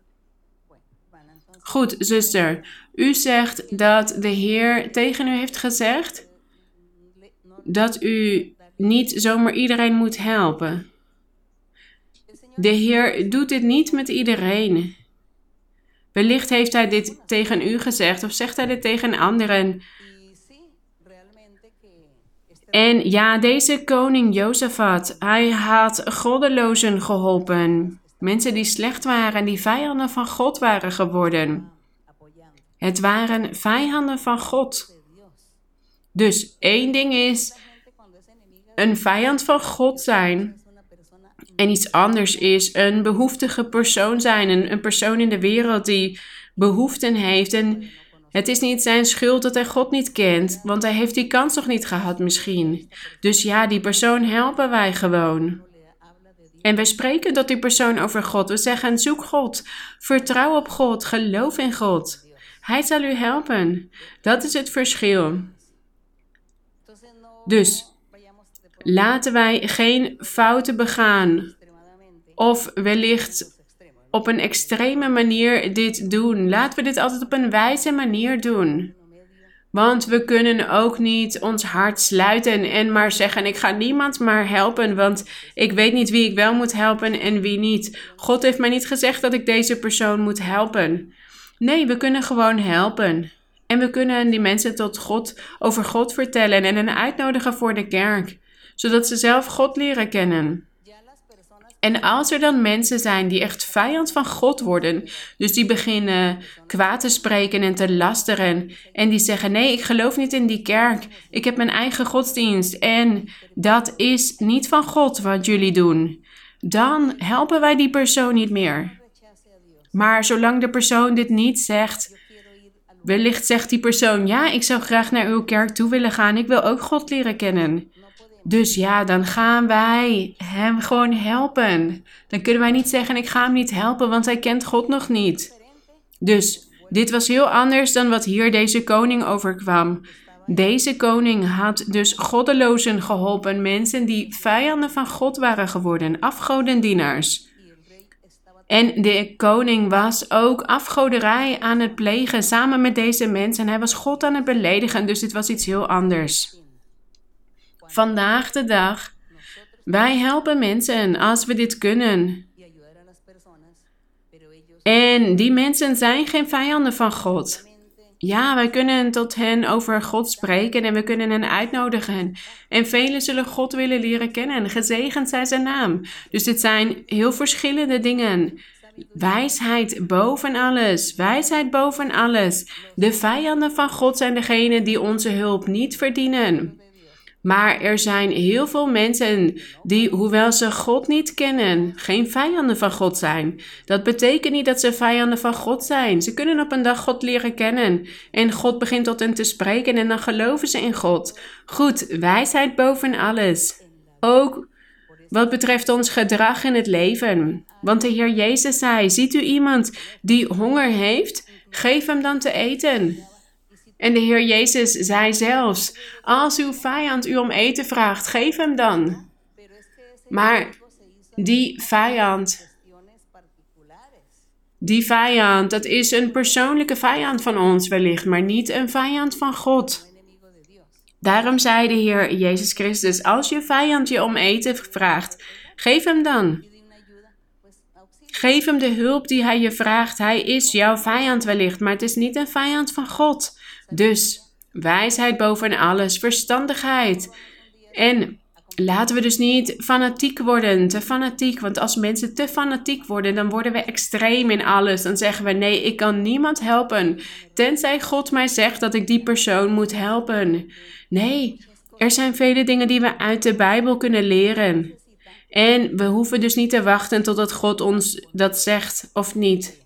Goed, zuster. U zegt dat de Heer tegen u heeft gezegd dat u niet zomaar iedereen moet helpen. De Heer doet dit niet met iedereen. Wellicht heeft hij dit tegen u gezegd of zegt hij dit tegen anderen. En ja, deze koning Jozefat, hij had goddelozen geholpen. Mensen die slecht waren en die vijanden van God waren geworden. Het waren vijanden van God. Dus één ding is een vijand van God zijn. En iets anders is een behoeftige persoon zijn. Een, een persoon in de wereld die behoeften heeft. En het is niet zijn schuld dat hij God niet kent. Want hij heeft die kans nog niet gehad misschien. Dus ja, die persoon helpen wij gewoon. En wij spreken tot die persoon over God. We zeggen, zoek God. Vertrouw op God. Geloof in God. Hij zal u helpen. Dat is het verschil. Dus laten wij geen fouten begaan. Of wellicht op een extreme manier dit doen. Laten we dit altijd op een wijze manier doen. Want we kunnen ook niet ons hart sluiten en maar zeggen, ik ga niemand maar helpen, want ik weet niet wie ik wel moet helpen en wie niet. God heeft mij niet gezegd dat ik deze persoon moet helpen. Nee, we kunnen gewoon helpen. En we kunnen die mensen tot God, over God vertellen en hen uitnodigen voor de kerk, zodat ze zelf God leren kennen. En als er dan mensen zijn die echt vijand van God worden, dus die beginnen kwaad te spreken en te lasteren en die zeggen, nee, ik geloof niet in die kerk, ik heb mijn eigen godsdienst en dat is niet van God wat jullie doen, dan helpen wij die persoon niet meer. Maar zolang de persoon dit niet zegt, wellicht zegt die persoon, ja, ik zou graag naar uw kerk toe willen gaan, ik wil ook God leren kennen. Dus ja, dan gaan wij hem gewoon helpen. Dan kunnen wij niet zeggen, ik ga hem niet helpen, want hij kent God nog niet. Dus dit was heel anders dan wat hier deze koning overkwam. Deze koning had dus goddelozen geholpen, mensen die vijanden van God waren geworden, afgodendienaars. En de koning was ook afgoderij aan het plegen samen met deze mensen. En hij was God aan het beledigen, dus dit was iets heel anders. Vandaag de dag, wij helpen mensen als we dit kunnen. En die mensen zijn geen vijanden van God. Ja, wij kunnen tot hen over God spreken en we kunnen hen uitnodigen. En velen zullen God willen leren kennen. Gezegend zij zijn naam. Dus dit zijn heel verschillende dingen. Wijsheid boven alles. Wijsheid boven alles. De vijanden van God zijn degenen die onze hulp niet verdienen. Maar er zijn heel veel mensen die, hoewel ze God niet kennen, geen vijanden van God zijn. Dat betekent niet dat ze vijanden van God zijn. Ze kunnen op een dag God leren kennen. En God begint tot hen te spreken en dan geloven ze in God. Goed, wijsheid boven alles. Ook wat betreft ons gedrag in het leven. Want de Heer Jezus zei, ziet u iemand die honger heeft? Geef hem dan te eten. En de Heer Jezus zei zelfs, als uw vijand u om eten vraagt, geef hem dan. Maar die vijand, die vijand, dat is een persoonlijke vijand van ons wellicht, maar niet een vijand van God. Daarom zei de Heer Jezus Christus, als je vijand je om eten vraagt, geef hem dan. Geef hem de hulp die hij je vraagt. Hij is jouw vijand wellicht, maar het is niet een vijand van God. Dus wijsheid boven alles, verstandigheid. En laten we dus niet fanatiek worden, te fanatiek. Want als mensen te fanatiek worden, dan worden we extreem in alles. Dan zeggen we, nee, ik kan niemand helpen. Tenzij God mij zegt dat ik die persoon moet helpen. Nee, er zijn vele dingen die we uit de Bijbel kunnen leren. En we hoeven dus niet te wachten totdat God ons dat zegt of niet.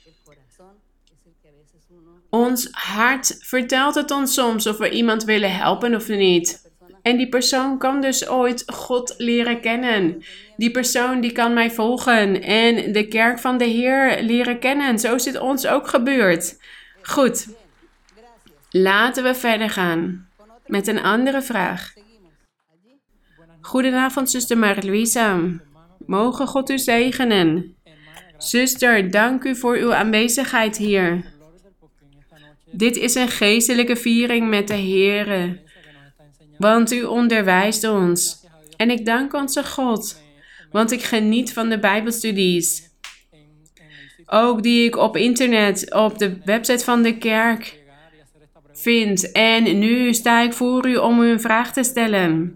Ons hart vertelt het ons soms of we iemand willen helpen of niet. En die persoon kan dus ooit God leren kennen. Die persoon die kan mij volgen en de kerk van de Heer leren kennen. Zo is het ons ook gebeurd. Goed, laten we verder gaan met een andere vraag. Goedenavond, zuster Marie-Louisa. Mogen God u zegenen. Zuster, dank u voor uw aanwezigheid hier. Dit is een geestelijke viering met de Heer. Want u onderwijst ons. En ik dank onze God. Want ik geniet van de Bijbelstudies. Ook die ik op internet, op de website van de kerk vind. En nu sta ik voor u om u een vraag te stellen.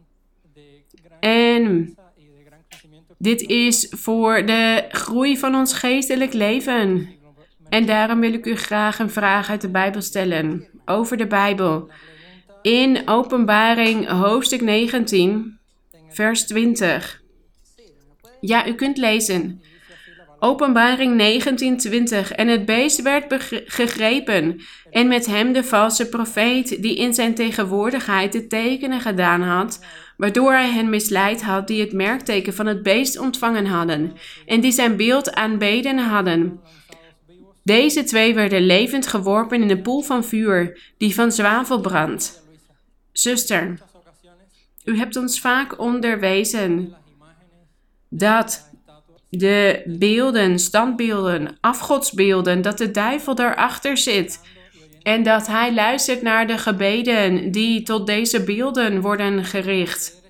En dit is voor de groei van ons geestelijk leven. En daarom wil ik u graag een vraag uit de Bijbel stellen. Over de Bijbel. In Openbaring hoofdstuk negentien, vers twintig. Ja, u kunt lezen. Openbaring negentien, twintig. En het beest werd gegrepen. En met hem de valse profeet, die in zijn tegenwoordigheid de tekenen gedaan had, waardoor hij hen misleid had, die het merkteken van het beest ontvangen hadden, en die zijn beeld aanbeden hadden. Deze twee werden levend geworpen in een poel van vuur, die van zwavel brandt. Zuster, u hebt ons vaak onderwezen dat de beelden, standbeelden, afgodsbeelden, dat de duivel daarachter zit. En dat hij luistert naar de gebeden die tot deze beelden worden gericht.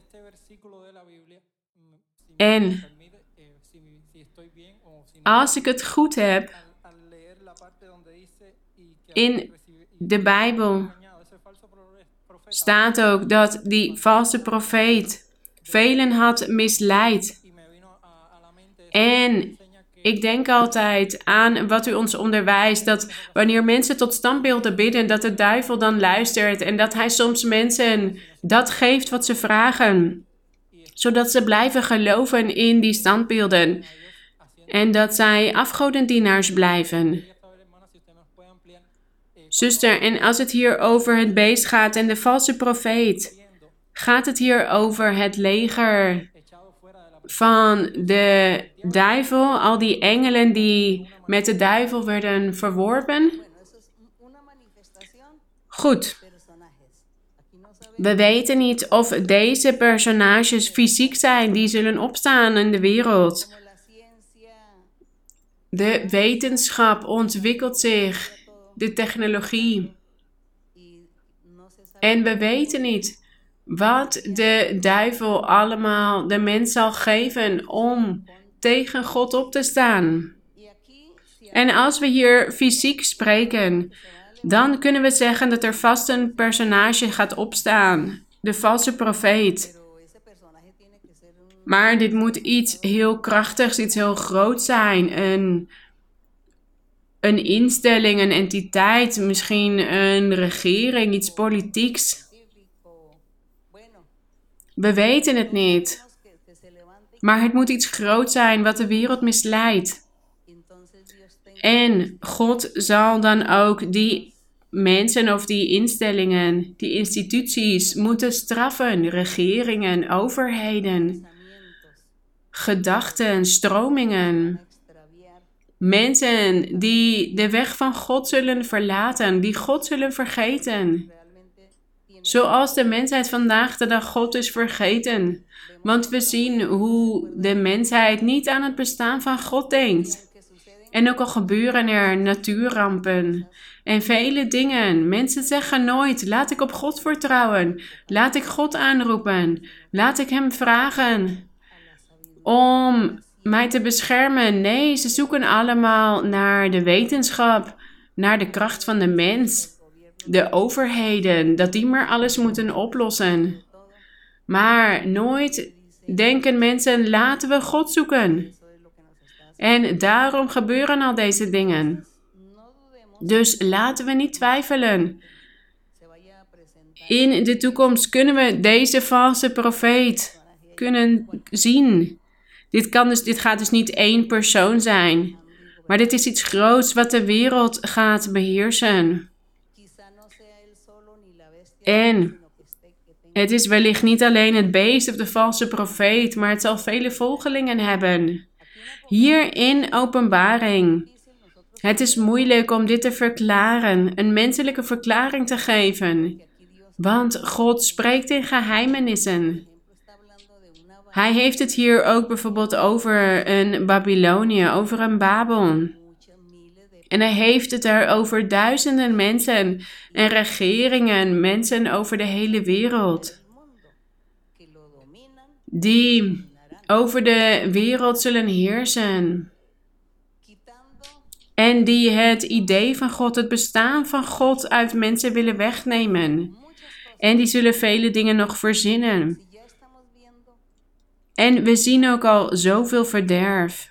En als ik het goed heb, in de Bijbel staat ook dat die valse profeet velen had misleid. En ik denk altijd aan wat u ons onderwijst, dat wanneer mensen tot standbeelden bidden, dat de duivel dan luistert en dat hij soms mensen dat geeft wat ze vragen, zodat ze blijven geloven in die standbeelden en dat zij afgodendienaars blijven. Zuster, en als het hier over het beest gaat en de valse profeet, gaat het hier over het leger van de duivel, al die engelen die met de duivel werden verworpen? Goed. We weten niet of deze personages fysiek zijn die zullen opstaan in de wereld. De wetenschap ontwikkelt zich, de technologie. En we weten niet wat de duivel allemaal de mens zal geven om tegen God op te staan. En als we hier fysiek spreken, dan kunnen we zeggen dat er vast een personage gaat opstaan. De valse profeet. Maar dit moet iets heel krachtigs, iets heel groots zijn. Een, een instelling, een entiteit, misschien een regering, iets politieks. We weten het niet. Maar het moet iets groots zijn wat de wereld misleidt. En God zal dan ook die mensen of die instellingen, die instituties moeten straffen. Regeringen, overheden, gedachten, stromingen. Mensen die de weg van God zullen verlaten, die God zullen vergeten. Zoals de mensheid vandaag de dag God is vergeten. Want we zien hoe de mensheid niet aan het bestaan van God denkt. En ook al gebeuren er natuurrampen en vele dingen. Mensen zeggen nooit, laat ik op God vertrouwen. Laat ik God aanroepen. Laat ik hem vragen om mij te beschermen. Nee, ze zoeken allemaal naar de wetenschap, naar de kracht van de mens, de overheden, dat die maar alles moeten oplossen. Maar nooit denken mensen, laten we God zoeken. En daarom gebeuren al deze dingen. Dus laten we niet twijfelen. In de toekomst kunnen we deze valse profeet kunnen zien. Dit, kan dus, dit gaat dus niet één persoon zijn. Maar dit is iets groots wat de wereld gaat beheersen. En het is wellicht niet alleen het beest of de valse profeet, maar het zal vele volgelingen hebben. Hier in Openbaring. Het is moeilijk om dit te verklaren, een menselijke verklaring te geven. Want God spreekt in geheimenissen. Hij heeft het hier ook bijvoorbeeld over een Babylonië, over een Babel. En hij heeft het er over duizenden mensen en regeringen, mensen over de hele wereld. Die over de wereld zullen heersen. En die het idee van God, het bestaan van God uit mensen willen wegnemen. En die zullen vele dingen nog verzinnen. En we zien ook al zoveel verderf.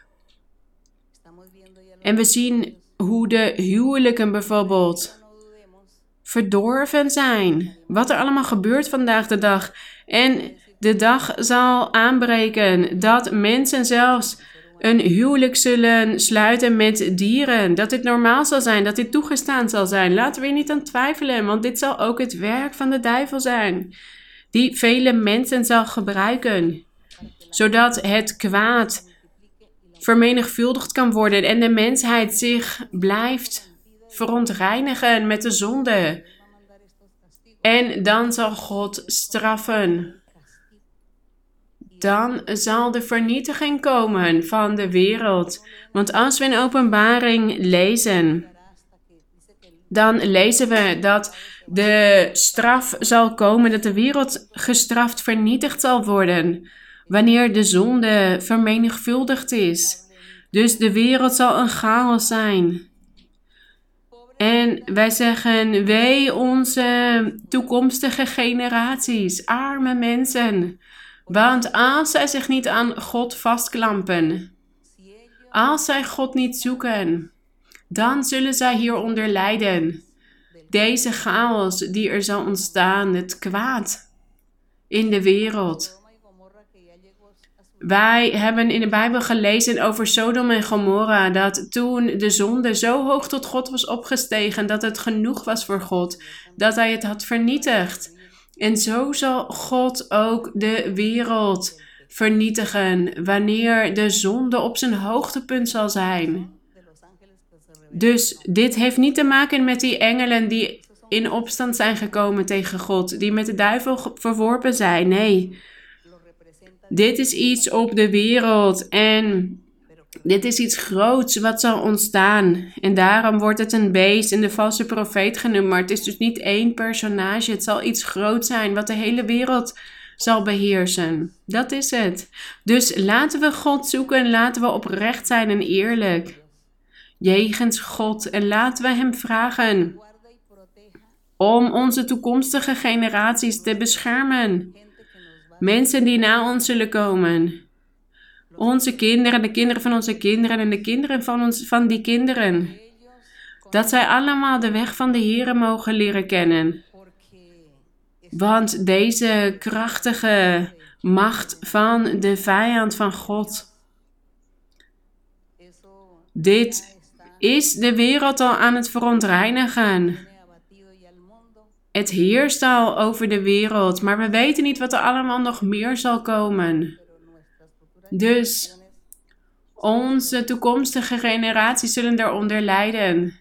En we zien hoe de huwelijken bijvoorbeeld verdorven zijn. Wat er allemaal gebeurt vandaag de dag. En de dag zal aanbreken dat mensen zelfs een huwelijk zullen sluiten met dieren. Dat dit normaal zal zijn, dat dit toegestaan zal zijn. Laten we er niet aan twijfelen, want dit zal ook het werk van de duivel zijn. Die vele mensen zal gebruiken. Zodat het kwaad vermenigvuldigd kan worden en de mensheid zich blijft verontreinigen met de zonde. En dan zal God straffen. Dan zal de vernietiging komen van de wereld. Want als we in Openbaring lezen, dan lezen we dat de straf zal komen, dat de wereld gestraft, vernietigd zal worden, wanneer de zonde vermenigvuldigd is. Dus de wereld zal een chaos zijn. En wij zeggen, wee onze toekomstige generaties, arme mensen. Want als zij zich niet aan God vastklampen, als zij God niet zoeken, dan zullen zij hieronder lijden. Deze chaos die er zal ontstaan, het kwaad in de wereld. Wij hebben in de Bijbel gelezen over Sodom en Gomorra, dat toen de zonde zo hoog tot God was opgestegen, dat het genoeg was voor God, dat hij het had vernietigd. En zo zal God ook de wereld vernietigen, wanneer de zonde op zijn hoogtepunt zal zijn. Dus dit heeft niet te maken met die engelen die in opstand zijn gekomen tegen God, die met de duivel verworpen zijn. Nee. Dit is iets op de wereld en dit is iets groots wat zal ontstaan. En daarom wordt het een beest en de valse profeet genoemd. Maar het is dus niet één personage. Het zal iets groots zijn wat de hele wereld zal beheersen. Dat is het. Dus laten we God zoeken. Laten we oprecht zijn en eerlijk. Jegens God. En laten we hem vragen om onze toekomstige generaties te beschermen. Mensen die na ons zullen komen. Onze kinderen, de kinderen van onze kinderen en de kinderen van, ons, van die kinderen. Dat zij allemaal de weg van de Heere mogen leren kennen. Want deze krachtige macht van de vijand van God. Dit is de wereld al aan het verontreinigen. Het heerst al over de wereld, maar we weten niet wat er allemaal nog meer zal komen. Dus onze toekomstige generaties zullen daaronder lijden.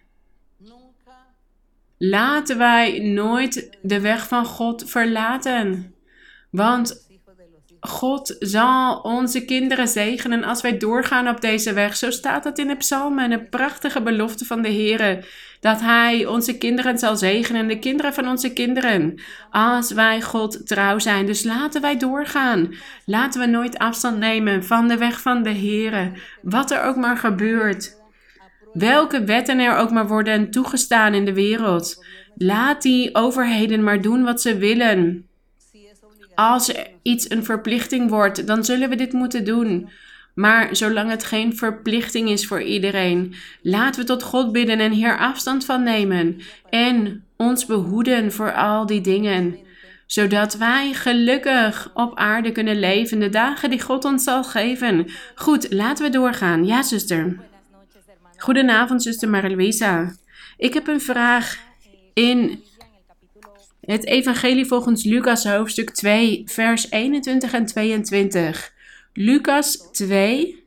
Laten wij nooit de weg van God verlaten. Want God zal onze kinderen zegenen als wij doorgaan op deze weg. Zo staat het in de psalmen, een prachtige belofte van de Heer. Dat Hij onze kinderen zal zegenen, de kinderen van onze kinderen. Als wij God trouw zijn. Dus laten wij doorgaan. Laten we nooit afstand nemen van de weg van de Heer. Wat er ook maar gebeurt. Welke wetten er ook maar worden toegestaan in de wereld. Laat die overheden maar doen wat ze willen. Als er iets een verplichting wordt, dan zullen we dit moeten doen. Maar zolang het geen verplichting is voor iedereen, laten we tot God bidden en hier afstand van nemen. En ons behoeden voor al die dingen. Zodat wij gelukkig op aarde kunnen leven, de dagen die God ons zal geven. Goed, laten we doorgaan. Ja, zuster. Goedenavond, zuster Maria-Luisa. Ik heb een vraag in het evangelie volgens Lucas hoofdstuk twee, vers eenentwintig en tweeëntwintig. Lucas twee,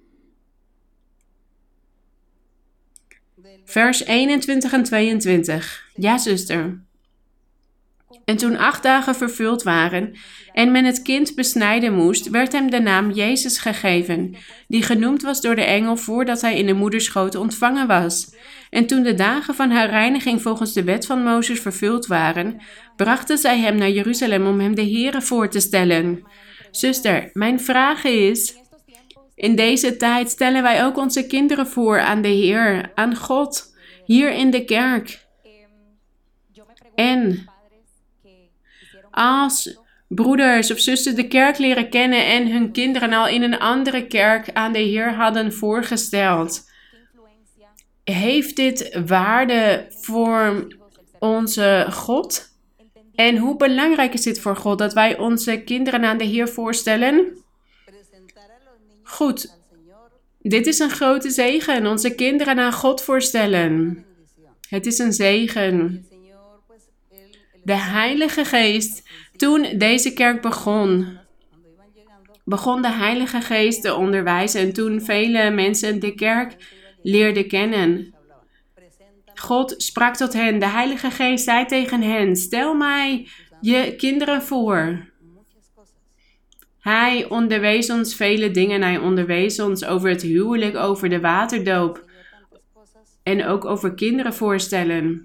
vers eenentwintig en tweeëntwintig. Ja, zuster. En toen acht dagen vervuld waren en men het kind besnijden moest, werd hem de naam Jezus gegeven, die genoemd was door de engel voordat hij in de moederschoot ontvangen was. En toen de dagen van haar reiniging volgens de wet van Mozes vervuld waren, brachten zij hem naar Jeruzalem om hem de Here voor te stellen. Zuster, mijn vraag is, in deze tijd stellen wij ook onze kinderen voor aan de Heer, aan God, hier in de kerk. En als broeders of zusters de kerk leren kennen en hun kinderen al in een andere kerk aan de Heer hadden voorgesteld, heeft dit waarde voor onze God? En hoe belangrijk is dit voor God dat wij onze kinderen aan de Heer voorstellen? Goed, dit is een grote zegen, onze kinderen aan God voorstellen. Het is een zegen. De Heilige Geest, toen deze kerk begon, begon de Heilige Geest te onderwijzen en toen vele mensen de kerk leerden kennen. God sprak tot hen, de Heilige Geest zei tegen hen, stel mij je kinderen voor. Hij onderwees ons vele dingen, hij onderwees ons over het huwelijk, over de waterdoop en ook over kinderen voorstellen.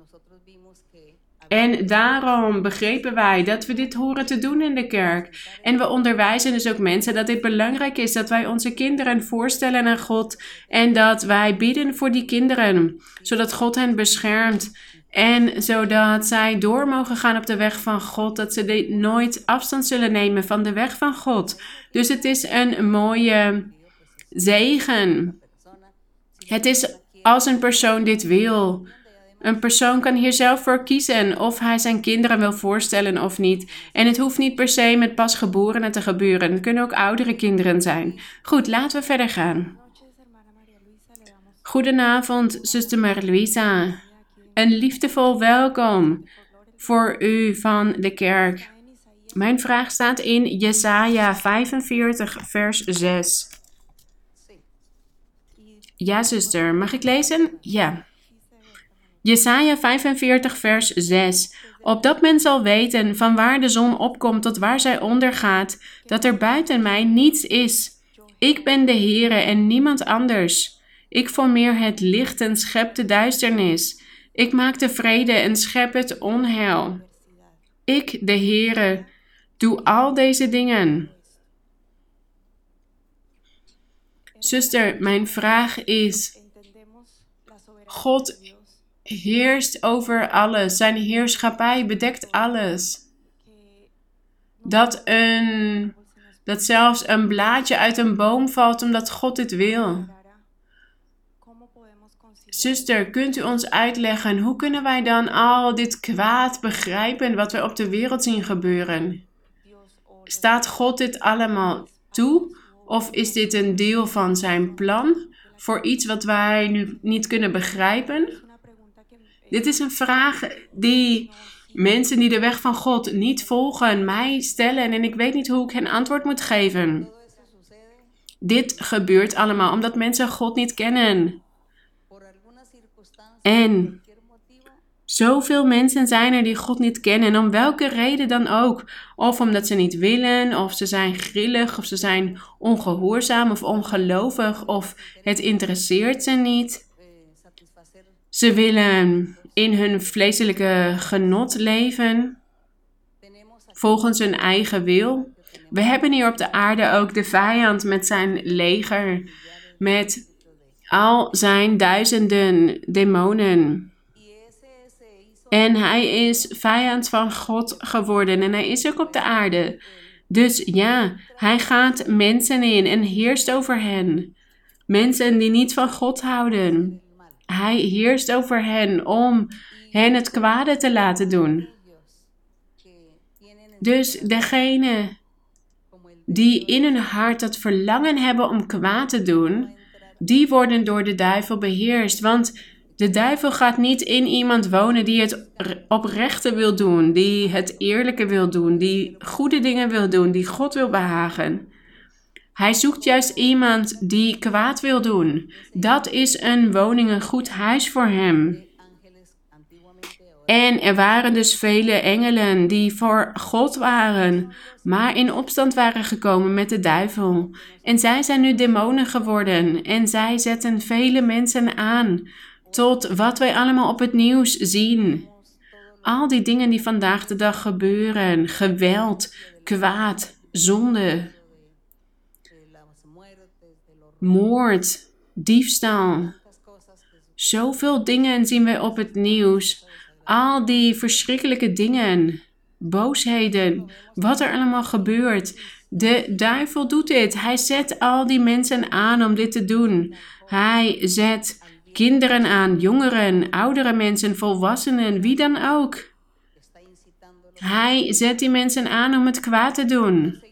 En daarom begrepen wij dat we dit horen te doen in de kerk. En we onderwijzen dus ook mensen dat dit belangrijk is, dat wij onze kinderen voorstellen aan God en dat wij bidden voor die kinderen, zodat God hen beschermt en zodat zij door mogen gaan op de weg van God, dat ze nooit afstand zullen nemen van de weg van God. Dus het is een mooie zegen. Het is als een persoon dit wil. Een persoon kan hier zelf voor kiezen of hij zijn kinderen wil voorstellen of niet. En het hoeft niet per se met pasgeborenen te gebeuren. Het kunnen ook oudere kinderen zijn. Goed, laten we verder gaan. Goedenavond, zuster Maria-Luisa. Een liefdevol welkom voor u van de kerk. Mijn vraag staat in Jesaja vijfenveertig, vers zes. Ja, zuster. Mag ik lezen? Ja. Jesaja vijfenveertig, vers zes. Opdat men zal weten van waar de zon opkomt tot waar zij ondergaat, dat er buiten mij niets is. Ik ben de Heere en niemand anders. Ik formeer het licht en schep de duisternis. Ik maak de vrede en schep het onheil. Ik, de Heere, doe al deze dingen. Zuster, mijn vraag is, God heerst over alles. Zijn heerschappij bedekt alles. Dat, een, dat zelfs een blaadje uit een boom valt omdat God dit wil. Zuster, kunt u ons uitleggen, hoe kunnen wij dan al dit kwaad begrijpen wat we op de wereld zien gebeuren? Staat God dit allemaal toe? Of is dit een deel van zijn plan voor iets wat wij nu niet kunnen begrijpen? Dit is een vraag die mensen die de weg van God niet volgen, mij stellen en ik weet niet hoe ik hen antwoord moet geven. Dit gebeurt allemaal omdat mensen God niet kennen. En Zoveel mensen zijn er die God niet kennen, om welke reden dan ook. Of omdat ze niet willen, of ze zijn grillig, of ze zijn ongehoorzaam of ongelovig, of het interesseert ze niet. Ze willen in hun vleeselijke genot leven, volgens hun eigen wil. We hebben hier op de aarde ook de vijand met zijn leger, met al zijn duizenden demonen. En hij is vijand van God geworden en hij is ook op de aarde. Dus ja, hij gaat mensen in en heerst over hen. Mensen die niet van God houden. Hij heerst over hen om hen het kwade te laten doen. Dus degene die in hun hart dat verlangen hebben om kwaad te doen, die worden door de duivel beheerst. Want de duivel gaat niet in iemand wonen die het oprechte wil doen, die het eerlijke wil doen, die goede dingen wil doen, die God wil behagen. Hij zoekt juist iemand die kwaad wil doen. Dat is een woning, een goed huis voor hem. En er waren dus vele engelen die voor God waren, maar in opstand waren gekomen met de duivel. En zij zijn nu demonen geworden en zij zetten vele mensen aan tot wat wij allemaal op het nieuws zien. Al die dingen die vandaag de dag gebeuren, geweld, kwaad, zonde, moord, diefstal. Zoveel dingen zien we op het nieuws. Al die verschrikkelijke dingen, boosheden, wat er allemaal gebeurt. De duivel doet dit. Hij zet al die mensen aan om dit te doen. Hij zet kinderen aan, jongeren, oudere mensen, volwassenen, wie dan ook. Hij zet die mensen aan om het kwaad te doen.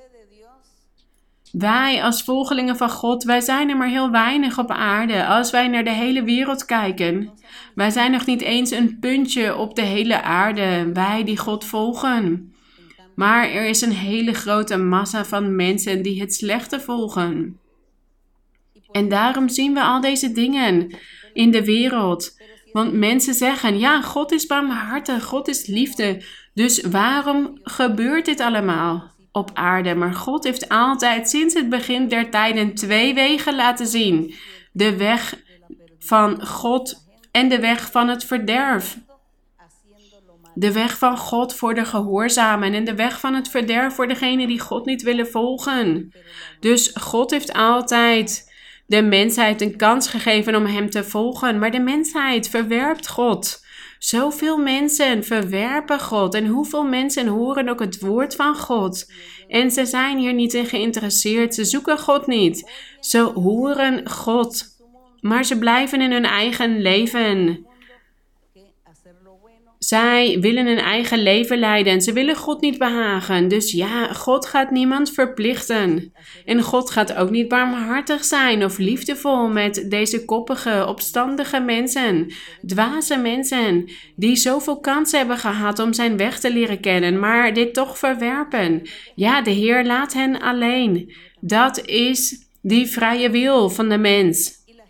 Wij als volgelingen van God, wij zijn er maar heel weinig op aarde. Als wij naar de hele wereld kijken, wij zijn nog niet eens een puntje op de hele aarde, wij die God volgen. Maar er is een hele grote massa van mensen die het slechte volgen. En daarom zien we al deze dingen in de wereld. Want mensen zeggen, ja, God is barmhartig, God is liefde. Dus waarom gebeurt dit allemaal op aarde? Maar God heeft altijd sinds het begin der tijden twee wegen laten zien. De weg van God en de weg van het verderf. De weg van God voor de gehoorzamen en de weg van het verderf voor degenen die God niet willen volgen. Dus God heeft altijd de mensheid een kans gegeven om hem te volgen, maar de mensheid verwerpt God. Zoveel mensen verwerpen God en hoeveel mensen horen ook het woord van God. En ze zijn hier niet in geïnteresseerd, ze zoeken God niet. Ze horen God, maar ze blijven in hun eigen leven. Zij willen een eigen leven leiden en ze willen God niet behagen. Dus ja, God gaat niemand verplichten. En God gaat ook niet barmhartig zijn of liefdevol met deze koppige, opstandige mensen. Dwaze mensen die zoveel kansen hebben gehad om zijn weg te leren kennen, maar dit toch verwerpen. Ja, de Heer laat hen alleen. Dat is die vrije wil van de mens.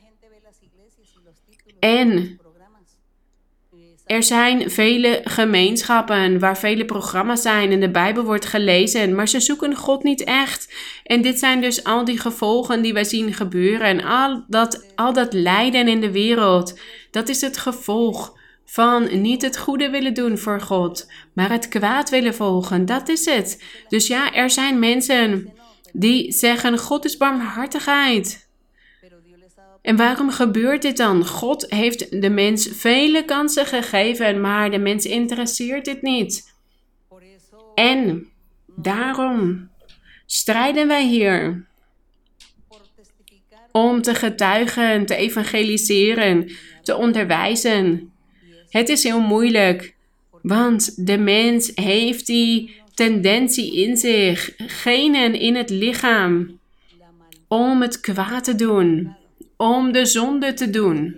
En er zijn vele gemeenschappen waar vele programma's zijn en de Bijbel wordt gelezen, maar ze zoeken God niet echt. En dit zijn dus al die gevolgen die wij zien gebeuren en al dat, al dat lijden in de wereld. Dat is het gevolg van niet het goede willen doen voor God, maar het kwaad willen volgen. Dat is het. Dus ja, er zijn mensen die zeggen God is barmhartigheid. En waarom gebeurt dit dan? God heeft de mens vele kansen gegeven, maar de mens interesseert dit niet. En daarom strijden wij hier om te getuigen, te evangeliseren, te onderwijzen. Het is heel moeilijk, want de mens heeft die tendentie in zich, genen in het lichaam, om het kwaad te doen. Om de zonde te doen.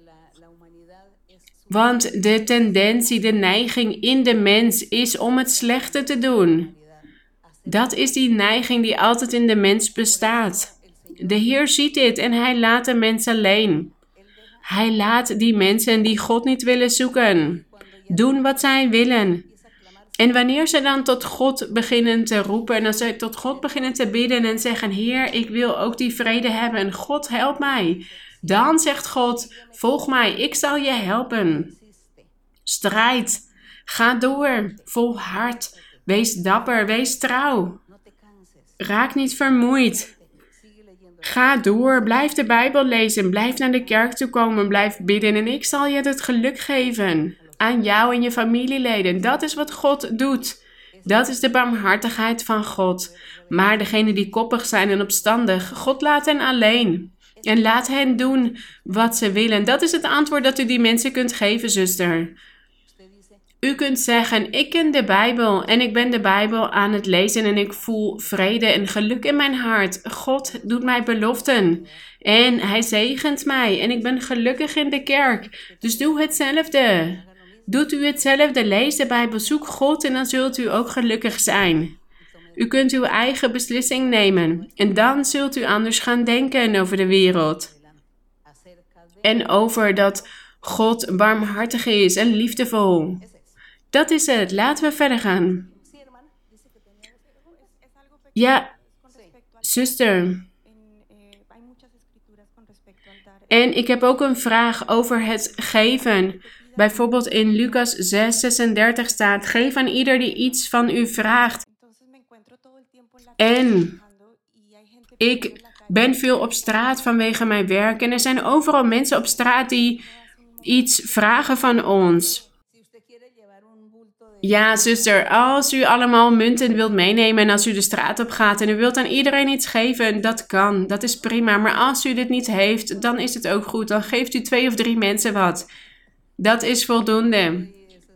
Want de tendentie, de neiging in de mens is om het slechte te doen. Dat is die neiging die altijd in de mens bestaat. De Heer ziet dit en hij laat de mens alleen. Hij laat die mensen die God niet willen zoeken. doen wat zij willen. En wanneer ze dan tot God beginnen te roepen, en als ze tot God beginnen te bidden en zeggen, Heer, ik wil ook die vrede hebben, God help mij. Dan zegt God, volg mij, ik zal je helpen. Strijd, ga door, volhard, wees dapper, wees trouw. Raak niet vermoeid. Ga door, blijf de Bijbel lezen, blijf naar de kerk toe komen, blijf bidden en ik zal je het geluk geven. Aan jou en je familieleden. Dat is wat God doet. Dat is de barmhartigheid van God. Maar degenen die koppig zijn en opstandig, God laat hen alleen. En laat hen doen wat ze willen. Dat is het antwoord dat u die mensen kunt geven, zuster. U kunt zeggen, ik ken de Bijbel en ik ben de Bijbel aan het lezen en ik voel vrede en geluk in mijn hart. God doet mij beloften en hij zegent mij en ik ben gelukkig in de kerk. Dus doe hetzelfde. Doet u hetzelfde, lees de Bijbel, zoek God en dan zult u ook gelukkig zijn. U kunt uw eigen beslissing nemen en dan zult u anders gaan denken over de wereld. En over dat God barmhartig is en liefdevol. Dat is het. Laten we verder gaan. Ja, zuster. En ik heb ook een vraag over het geven. Bijvoorbeeld in Lucas zes zesendertig staat, geef aan ieder die iets van u vraagt. En ik ben veel op straat vanwege mijn werk. En er zijn overal mensen op straat die iets vragen van ons. Ja, zuster, als u allemaal munten wilt meenemen en als u de straat op gaat en u wilt aan iedereen iets geven, dat kan, dat is prima. Maar als u dit niet heeft, dan is het ook goed. Dan geeft u twee of drie mensen wat. Dat is voldoende.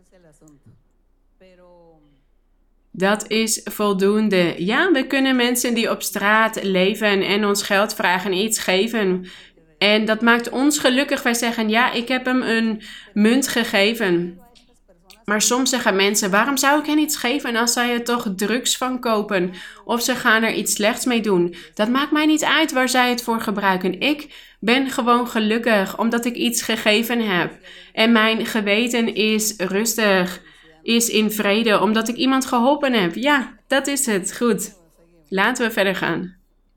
Dat is voldoende. Ja, we kunnen mensen die op straat leven en ons geld vragen iets geven. En dat maakt ons gelukkig. Wij zeggen, ja, ik heb hem een munt gegeven. Maar soms zeggen mensen, waarom zou ik hen iets geven als zij er toch drugs van kopen? Of ze gaan er iets slechts mee doen. Dat maakt mij niet uit waar zij het voor gebruiken. Ik ben gewoon gelukkig omdat ik iets gegeven heb. En mijn geweten is rustig, is in vrede omdat ik iemand geholpen heb. Ja, dat is het. Goed. Laten we verder gaan.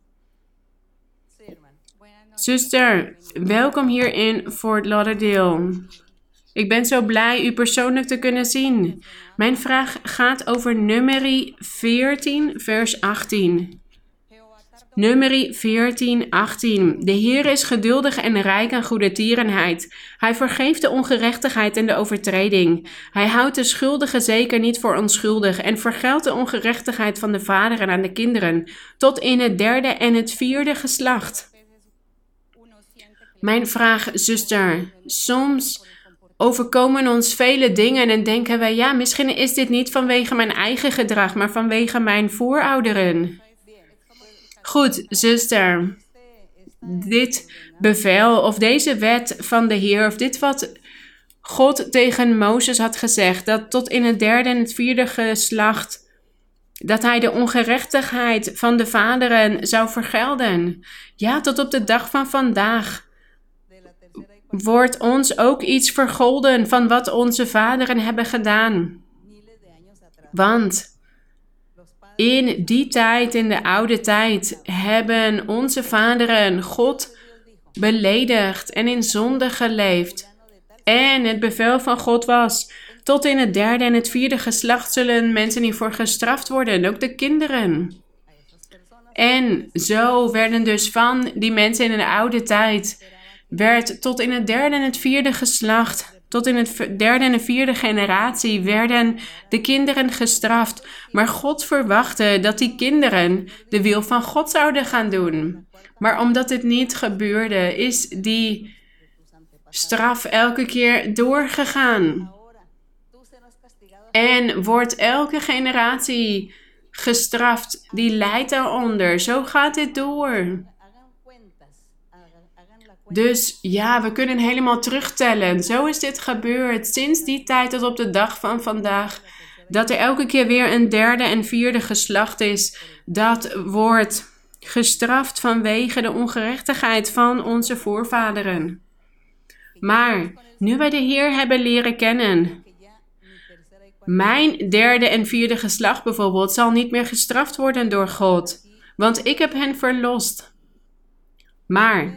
Zuster, welkom hier in Fort Lauderdale. Ik ben zo blij u persoonlijk te kunnen zien. Mijn vraag gaat over Numeri veertien, vers achttien. Numeri veertien, achttien. De Heer is geduldig en rijk aan goede tierenheid. Hij vergeeft de ongerechtigheid en de overtreding. Hij houdt de schuldige zeker niet voor onschuldig en vergeldt de ongerechtigheid van de vaderen aan de kinderen, tot in het derde en het vierde geslacht. Mijn vraag, zuster, soms overkomen ons vele dingen en denken wij, ja, misschien is dit niet vanwege mijn eigen gedrag, maar vanwege mijn voorouderen. Goed, zuster. Dit bevel of deze wet van de Heer, of dit wat God tegen Mozes had gezegd, dat tot in het derde en het vierde geslacht, dat hij de ongerechtigheid van de vaderen zou vergelden. Ja, tot op de dag van vandaag wordt ons ook iets vergolden van wat onze vaderen hebben gedaan. Want in die tijd, in de oude tijd, hebben onze vaderen God beledigd en in zonde geleefd. En het bevel van God was, tot in het derde en het vierde geslacht zullen mensen hiervoor gestraft worden, ook de kinderen. En zo werden dus van die mensen in de oude tijd, werd tot in het derde en het vierde geslacht, tot in het derde en de vierde generatie, werden de kinderen gestraft. Maar God verwachtte dat die kinderen de wil van God zouden gaan doen. Maar omdat het niet gebeurde, is die straf elke keer doorgegaan. En wordt elke generatie gestraft, die lijdt daaronder. Zo gaat dit door. Dus ja, we kunnen helemaal terugtellen. Zo is dit gebeurd sinds die tijd tot op de dag van vandaag. Dat er elke keer weer een derde en vierde geslacht is. Dat wordt gestraft vanwege de ongerechtigheid van onze voorvaderen. Maar nu wij de Heer hebben leren kennen Mijn derde en vierde geslacht bijvoorbeeld zal niet meer gestraft worden door God, want ik heb hen verlost. Maar,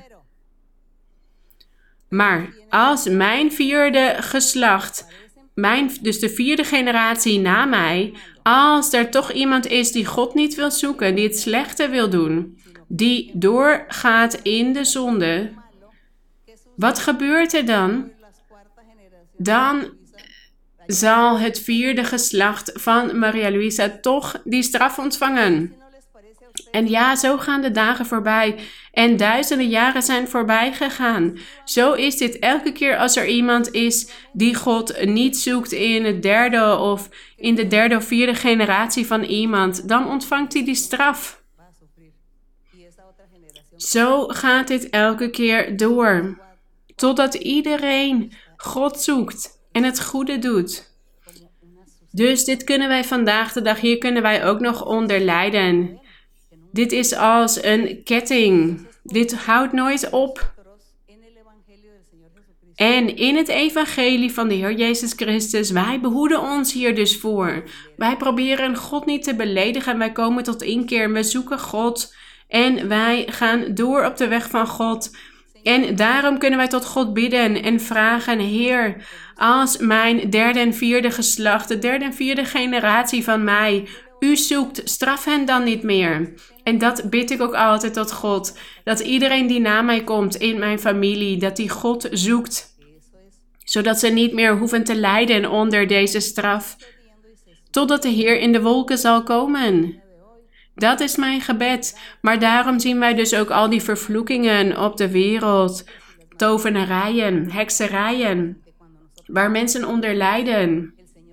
maar als mijn vierde geslacht, mijn, dus de vierde generatie na mij, als er toch iemand is die God niet wil zoeken, die het slechte wil doen, die doorgaat in de zonde, wat gebeurt er dan? Dan zal het vierde geslacht van Maria Luisa toch die straf ontvangen. En ja, zo gaan de dagen voorbij en duizenden jaren zijn voorbij gegaan. Zo is dit elke keer als er iemand is die God niet zoekt in het derde of in de derde of vierde generatie van iemand, dan ontvangt hij die straf. Zo gaat dit elke keer door, totdat iedereen God zoekt en het goede doet. Dus dit kunnen wij vandaag de dag, hier kunnen wij ook nog onder lijden. Dit is als een ketting. Dit houdt nooit op. En in het evangelie van de Heer Jezus Christus, wij behoeden ons hier dus voor. Wij proberen God niet te beledigen. Wij komen tot inkeer. We zoeken God. En wij gaan door op de weg van God. En daarom kunnen wij tot God bidden en vragen, Heer, als mijn derde en vierde geslacht, de derde en vierde generatie van mij, u zoekt, straf hen dan niet meer. En dat bid ik ook altijd tot God. Dat iedereen die na mij komt in mijn familie, dat die God zoekt. Zodat ze niet meer hoeven te lijden onder deze straf. Totdat de Heer in de wolken zal komen. Dat is mijn gebed. Maar daarom zien wij dus ook al die vervloekingen op de wereld. Tovenarijen, hekserijen. Waar mensen onder lijden.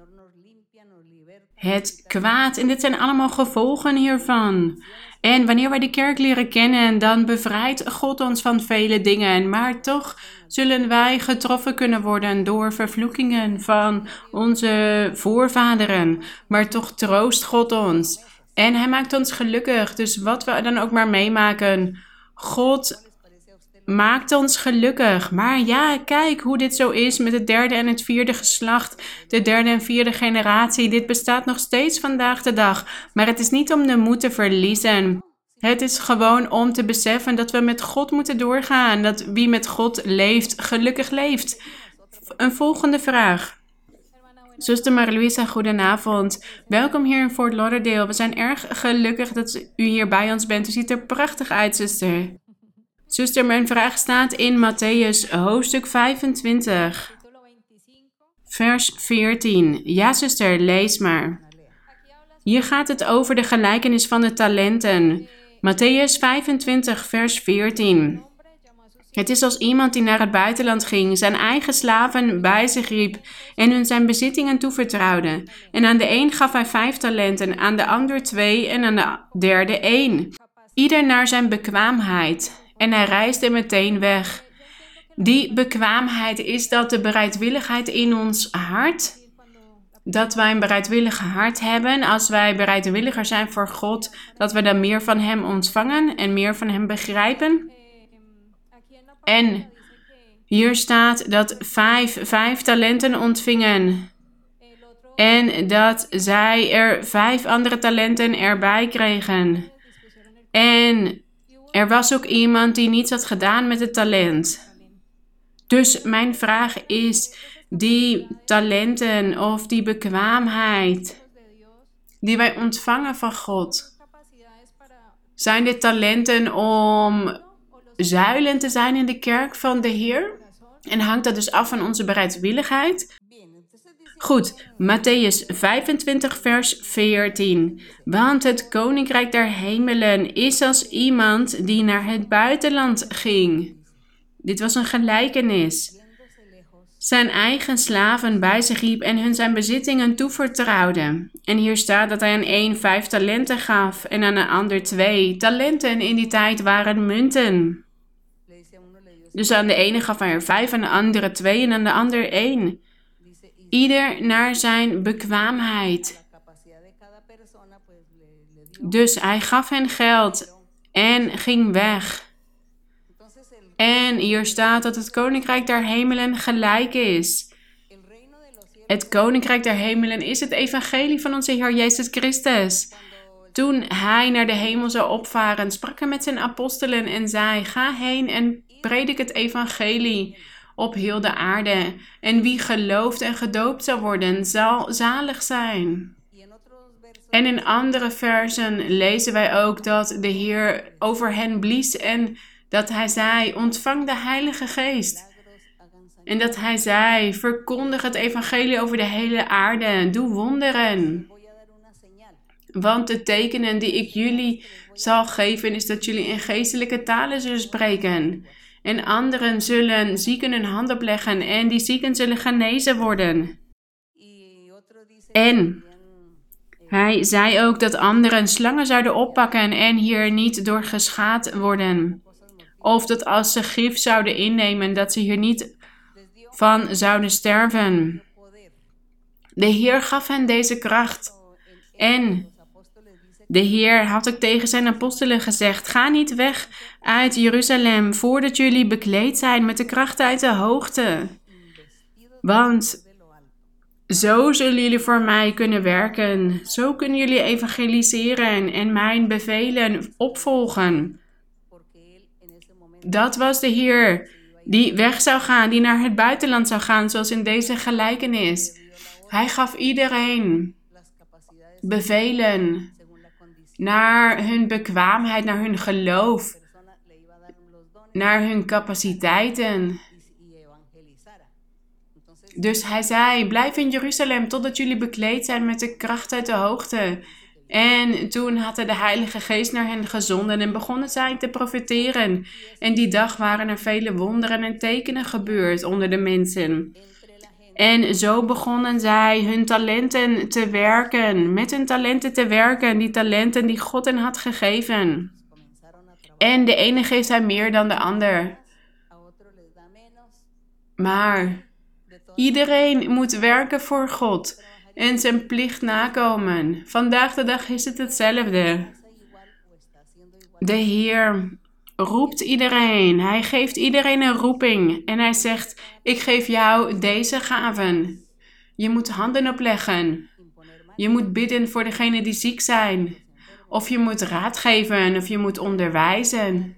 Het kwaad. En dit zijn allemaal gevolgen hiervan. En wanneer wij de kerk leren kennen, dan bevrijdt God ons van vele dingen. Maar toch zullen wij getroffen kunnen worden door vervloekingen van onze voorvaderen. Maar toch troost God ons. En hij maakt ons gelukkig. Dus wat we dan ook maar meemaken. God maakt ons gelukkig. Maar ja, kijk hoe dit zo is met het derde en het vierde geslacht. De derde en vierde generatie. Dit bestaat nog steeds vandaag de dag. Maar het is niet om de moed te verliezen. Het is gewoon om te beseffen dat we met God moeten doorgaan. Dat wie met God leeft, gelukkig leeft. Een volgende vraag. Zuster Maria Luisa, goedenavond. Welkom hier in Fort Lauderdale. We zijn erg gelukkig dat u hier bij ons bent. U ziet er prachtig uit, zuster. Zuster, mijn vraag staat in Matthäus hoofdstuk vijfentwintig, vers veertien. Ja, zuster, lees maar. Hier gaat het over de gelijkenis van de talenten. Matthäus vijfentwintig, vers veertien. Het is als iemand die naar het buitenland ging, zijn eigen slaven bij zich riep en hun zijn bezittingen toevertrouwde. En aan de een gaf hij vijf talenten, aan de ander twee en aan de derde één. Ieder naar zijn bekwaamheid. En hij reisde meteen weg. Die bekwaamheid, is dat de bereidwilligheid in ons hart? Dat wij een bereidwillig hart hebben, als wij bereidwilliger zijn voor God, dat we dan meer van Hem ontvangen en meer van Hem begrijpen? En hier staat dat vijf, vijf talenten ontvingen. En dat zij er vijf andere talenten erbij kregen. En er was ook iemand die niets had gedaan met het talent. Dus mijn vraag is, die talenten of die bekwaamheid die wij ontvangen van God, zijn dit talenten om zuilen te zijn in de kerk van de Heer? En hangt dat dus af van onze bereidwilligheid? Goed, Matthäus vijfentwintig vers veertien. Want het koninkrijk der hemelen is als iemand die naar het buitenland ging. Dit was een gelijkenis. Zijn eigen slaven bij zich riep en hun zijn bezittingen toevertrouwde. En hier staat dat hij aan één vijf talenten gaf en aan een ander twee. Talenten in die tijd waren munten. Dus aan de ene gaf hij er vijf, aan de andere twee en aan de ander één. Ieder naar zijn bekwaamheid. Dus hij gaf hen geld en ging weg. En hier staat dat het koninkrijk der hemelen gelijk is. Het koninkrijk der hemelen is het evangelie van onze Heer Jezus Christus. Toen hij naar de hemel zou opvaren, sprak hij met zijn apostelen en zei: ga heen en predik het evangelie op heel de aarde. En wie gelooft en gedoopt zal worden, zal zalig zijn. En in andere versen lezen wij ook dat de Heer over hen blies en dat hij zei: ontvang de Heilige Geest. En dat hij zei: verkondig het evangelie over de hele aarde, doe wonderen. Want de tekenen die ik jullie zal geven, is dat jullie in geestelijke talen zullen spreken. En anderen zullen zieken hun hand opleggen en die zieken zullen genezen worden. En hij zei ook dat anderen slangen zouden oppakken en hier niet door geschaad worden. Of dat als ze gif zouden innemen, dat ze hier niet van zouden sterven. De Heer gaf hen deze kracht. En de Heer had ook tegen zijn apostelen gezegd: ga niet weg uit Jeruzalem voordat jullie bekleed zijn met de kracht uit de hoogte. Want zo zullen jullie voor mij kunnen werken. Zo kunnen jullie evangeliseren en mijn bevelen opvolgen. Dat was de Heer die weg zou gaan, die naar het buitenland zou gaan, zoals in deze gelijkenis. Hij gaf iedereen bevelen naar hun bekwaamheid, naar hun geloof, naar hun capaciteiten. Dus hij zei: blijf in Jeruzalem totdat jullie bekleed zijn met de kracht uit de hoogte. En toen had hij de Heilige Geest naar hen gezonden en begonnen zij te profeteren. En die dag waren er vele wonderen en tekenen gebeurd onder de mensen. En zo begonnen zij hun talenten te werken, met hun talenten te werken, die talenten die God hen had gegeven. En de ene geeft hij meer dan de ander. Maar iedereen moet werken voor God en zijn plicht nakomen. Vandaag de dag is het hetzelfde. De Heer roept iedereen. Hij geeft iedereen een roeping. En hij zegt: ik geef jou deze gaven. Je moet handen opleggen. Je moet bidden voor degenen die ziek zijn. Of je moet raad geven. Of je moet onderwijzen.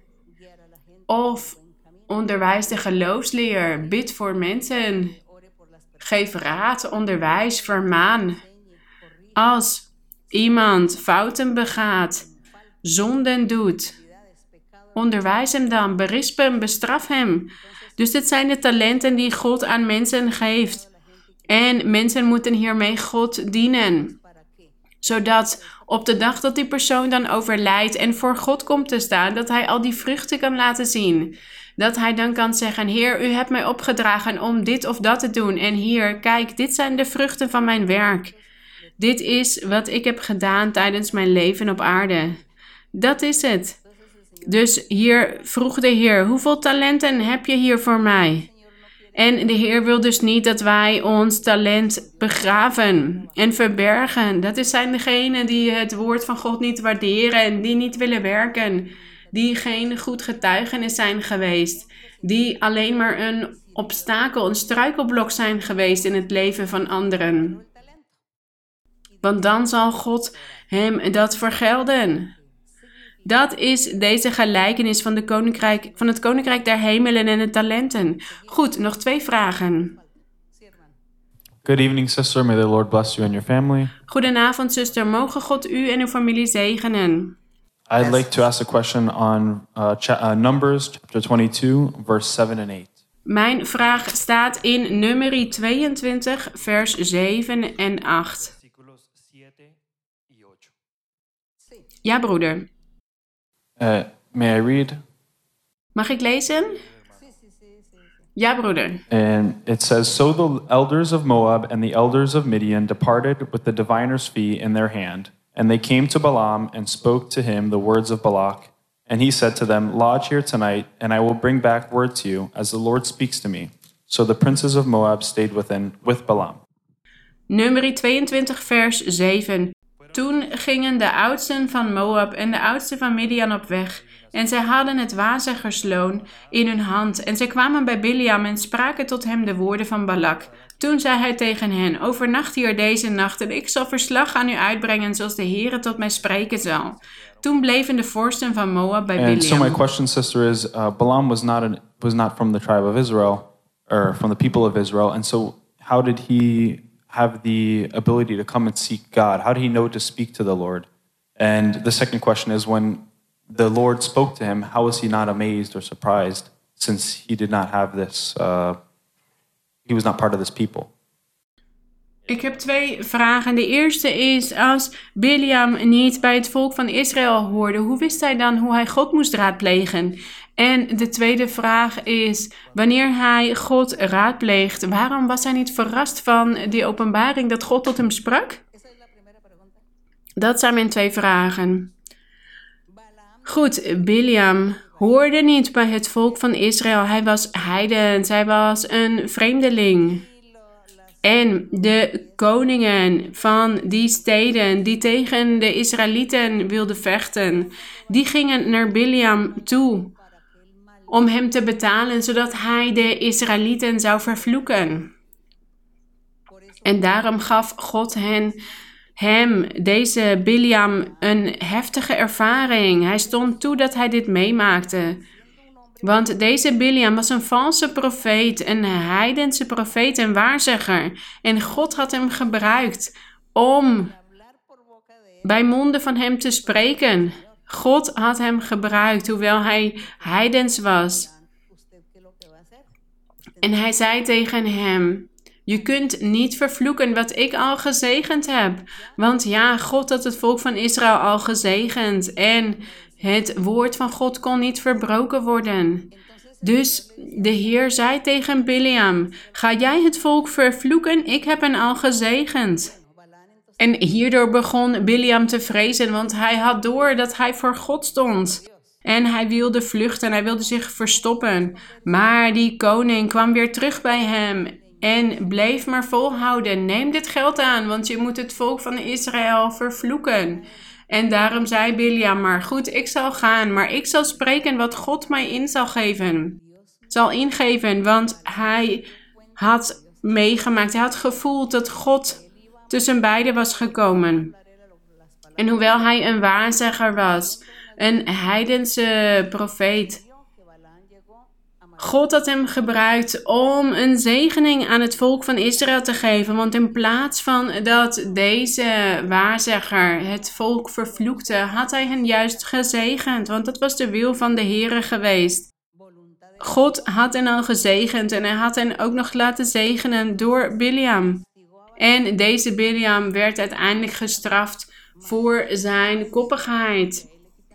Of onderwijs de geloofsleer. Bid voor mensen. Geef raad, onderwijs, vermaan. Als iemand fouten begaat, zonden doet, onderwijs hem dan, berisp hem, bestraf hem. Dus dit zijn de talenten die God aan mensen geeft. En mensen moeten hiermee God dienen. Zodat op de dag dat die persoon dan overlijdt en voor God komt te staan, dat hij al die vruchten kan laten zien. Dat hij dan kan zeggen: Heer, u hebt mij opgedragen om dit of dat te doen. En hier, kijk, dit zijn de vruchten van mijn werk. Dit is wat ik heb gedaan tijdens mijn leven op aarde. Dat is het. Dus hier vroeg de Heer: hoeveel talenten heb je hier voor mij? En de Heer wil dus niet dat wij ons talent begraven en verbergen. Dat zijn degenen die het woord van God niet waarderen en die niet willen werken. Die geen goed getuigenis zijn geweest. Die alleen maar een obstakel, een struikelblok zijn geweest in het leven van anderen. Want dan zal God hem dat vergelden. Dat is deze gelijkenis van, de koninkrijk, van het koninkrijk der hemelen en de talenten. Goed, nog twee vragen. Good evening, sister. May the Lord bless you and your family. Goedenavond, zuster. Mogen God u en uw familie zegenen. I'd like to ask a question on uh, cha- uh, Numbers chapter twenty-two, verse seven and eight. Mijn vraag staat in Numeri tweeëntwintig, vers zeven en acht. Ja, broeder. Uh, may I read? Mag ik lezen? Ja, broeder. And it says, So the elders of Moab and the elders of Midian departed with the diviner's fee in their hand. And they came to Balaam and spoke to him the words of Balak. And he said to them, Lodge here tonight, and I will bring back word to you, as the Lord speaks to me. So the princes of Moab stayed within, with Balaam. Numeri tweeëntwintig, vers zeven. Toen gingen de oudsten van Moab en de oudsten van Midian op weg. En zij hadden het wazigersloon in hun hand. En zij kwamen bij Biliam en spraken tot hem de woorden van Balak. Toen zei hij tegen hen, overnacht hier deze nacht en ik zal verslag aan u uitbrengen zoals de Heere tot mij spreken zal. Toen bleven de vorsten van Moab bij And so my Bileam. question, sister, is uh, Balaam was not an, was not from the tribe of Israel, or from the people of Israel, and so how did he have the ability to come and seek God? How did he know to speak to the Lord? And the second question is, when the Lord spoke to him, how was he not amazed or surprised, since he did not have this, uh, he was not part of this people? Ik heb twee vragen. De eerste is, als Bileam niet bij het volk van Israël hoorde, hoe wist hij dan hoe hij God moest raadplegen? En de tweede vraag is, wanneer hij God raadpleegt, waarom was hij niet verrast van die openbaring dat God tot hem sprak? Dat zijn mijn twee vragen. Goed, Bileam hoorde niet bij het volk van Israël. Hij was heidens, hij was een vreemdeling. En de koningen van die steden die tegen de Israëlieten wilden vechten, die gingen naar Bileam toe om hem te betalen, zodat hij de Israëlieten zou vervloeken. En daarom gaf God hen, hem, deze Bileam, een heftige ervaring. Hij stond toe dat hij dit meemaakte. Want deze Bileam was een valse profeet, een heidense profeet en waarzegger. En God had hem gebruikt om bij monden van hem te spreken. God had hem gebruikt, hoewel hij heidens was. En hij zei tegen hem, je kunt niet vervloeken wat ik al gezegend heb. Want ja, God had het volk van Israël al gezegend. En het woord van God kon niet verbroken worden. Dus de Heer zei tegen Bileam, ga jij het volk vervloeken? Ik heb hen al gezegend. En hierdoor begon Bileam te vrezen, want hij had door dat hij voor God stond. En hij wilde vluchten, hij wilde zich verstoppen. Maar die koning kwam weer terug bij hem en bleef maar volhouden. Neem dit geld aan, want je moet het volk van Israël vervloeken. En daarom zei Bileam, maar goed, ik zal gaan, maar ik zal spreken wat God mij in zal geven. Zal ingeven, want hij had meegemaakt, hij had gevoeld dat God tussen beiden was gekomen. En hoewel hij een waarzegger was, een heidense profeet, God had hem gebruikt om een zegening aan het volk van Israël te geven. Want in plaats van dat deze waarzegger het volk vervloekte, had hij hen juist gezegend. Want dat was de wil van de Heere geweest. God had hen al gezegend en hij had hen ook nog laten zegenen door Bileam. En deze Bileam werd uiteindelijk gestraft voor zijn koppigheid.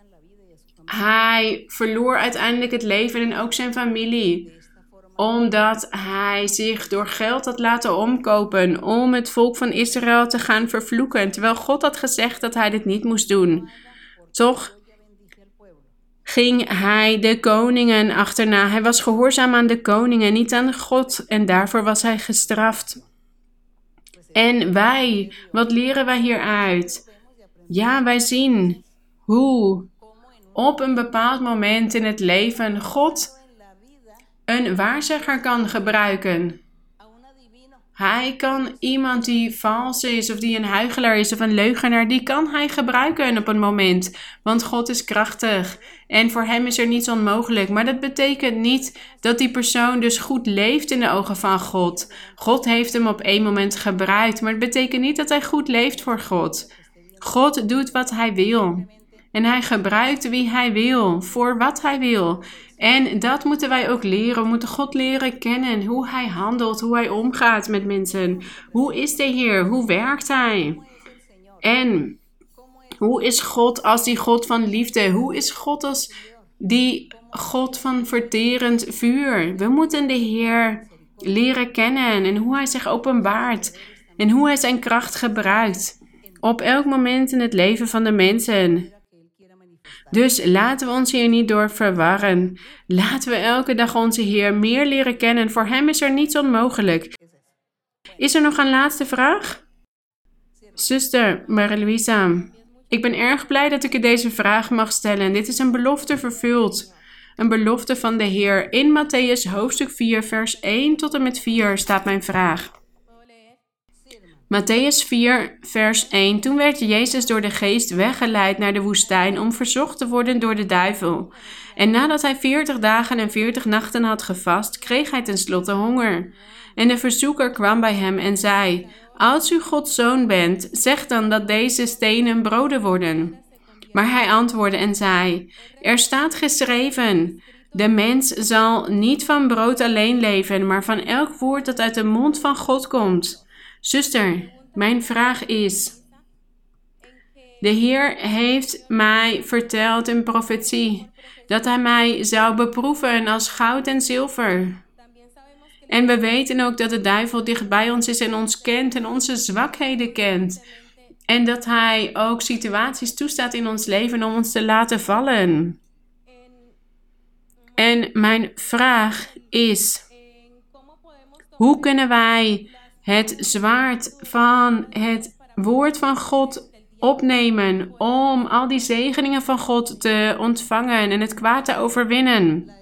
Hij verloor uiteindelijk het leven en ook zijn familie. Omdat hij zich door geld had laten omkopen om het volk van Israël te gaan vervloeken. Terwijl God had gezegd dat hij dit niet moest doen. Toch ging hij de koningen achterna. Hij was gehoorzaam aan de koningen, niet aan God. En daarvoor was hij gestraft. En wij, wat leren wij hieruit? Ja, wij zien hoe op een bepaald moment in het leven God een waarzegger kan gebruiken. Hij kan iemand die vals is of die een huichelaar is of een leugenaar, die kan hij gebruiken op een moment. Want God is krachtig en voor hem is er niets onmogelijk. Maar dat betekent niet dat die persoon dus goed leeft in de ogen van God. God heeft hem op één moment gebruikt, maar het betekent niet dat hij goed leeft voor God. God doet wat hij wil. En hij gebruikt wie hij wil, voor wat hij wil. En dat moeten wij ook leren. We moeten God leren kennen. Hoe hij handelt, hoe hij omgaat met mensen. Hoe is de Heer? Hoe werkt hij? En hoe is God als die God van liefde? Hoe is God als die God van verterend vuur? We moeten de Heer leren kennen en hoe hij zich openbaart. En hoe hij zijn kracht gebruikt. Op elk moment in het leven van de mensen. Dus laten we ons hier niet door verwarren. Laten we elke dag onze Heer meer leren kennen. Voor hem is er niets onmogelijk. Is er nog een laatste vraag? Zuster Maria-Louisa, ik ben erg blij dat ik u deze vraag mag stellen. Dit is een belofte vervuld. Een belofte van de Heer. In Mattheüs hoofdstuk vier vers één tot en met vier staat mijn vraag. Matthäus vier, vers één. Toen werd Jezus door de geest weggeleid naar de woestijn om verzocht te worden door de duivel. En nadat hij veertig dagen en veertig nachten had gevast, kreeg hij tenslotte honger. En de verzoeker kwam bij hem en zei: Als u Gods zoon bent, zeg dan dat deze stenen broden worden. Maar hij antwoordde en zei: Er staat geschreven: De mens zal niet van brood alleen leven, maar van elk woord dat uit de mond van God komt. Zuster, mijn vraag is: de Heer heeft mij verteld in profetie dat hij mij zou beproeven als goud en zilver. En we weten ook dat de duivel dicht bij ons is en ons kent en onze zwakheden kent. En dat hij ook situaties toestaat in ons leven om ons te laten vallen. En mijn vraag is: hoe kunnen wij het zwaard van het woord van God opnemen om al die zegeningen van God te ontvangen en het kwaad te overwinnen?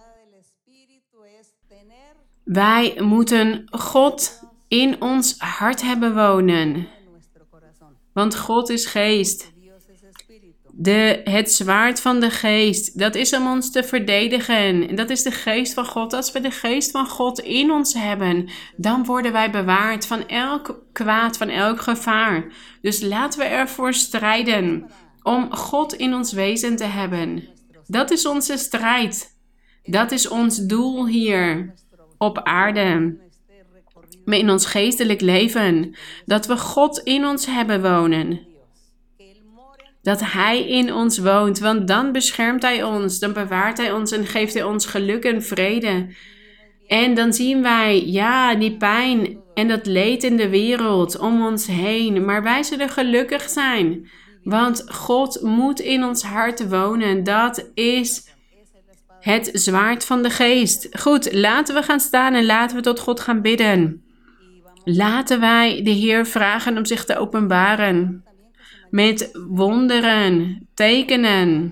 Wij moeten God in ons hart hebben wonen. Want God is geest. De, het zwaard van de geest, dat is om ons te verdedigen. En dat is de geest van God. Als we de geest van God in ons hebben, dan worden wij bewaard van elk kwaad, van elk gevaar. Dus laten we ervoor strijden om God in ons wezen te hebben. Dat is onze strijd. Dat is ons doel hier op aarde. In ons geestelijk leven. Dat we God in ons hebben wonen. Dat Hij in ons woont, want dan beschermt Hij ons, dan bewaart Hij ons en geeft Hij ons geluk en vrede. En dan zien wij, ja, die pijn en dat leed in de wereld om ons heen, maar wij zullen gelukkig zijn, want God moet in ons hart wonen. Dat is het zwaard van de geest. Goed, laten we gaan staan en laten we tot God gaan bidden. Laten wij de Heer vragen om zich te openbaren. Met wonderen, tekenen,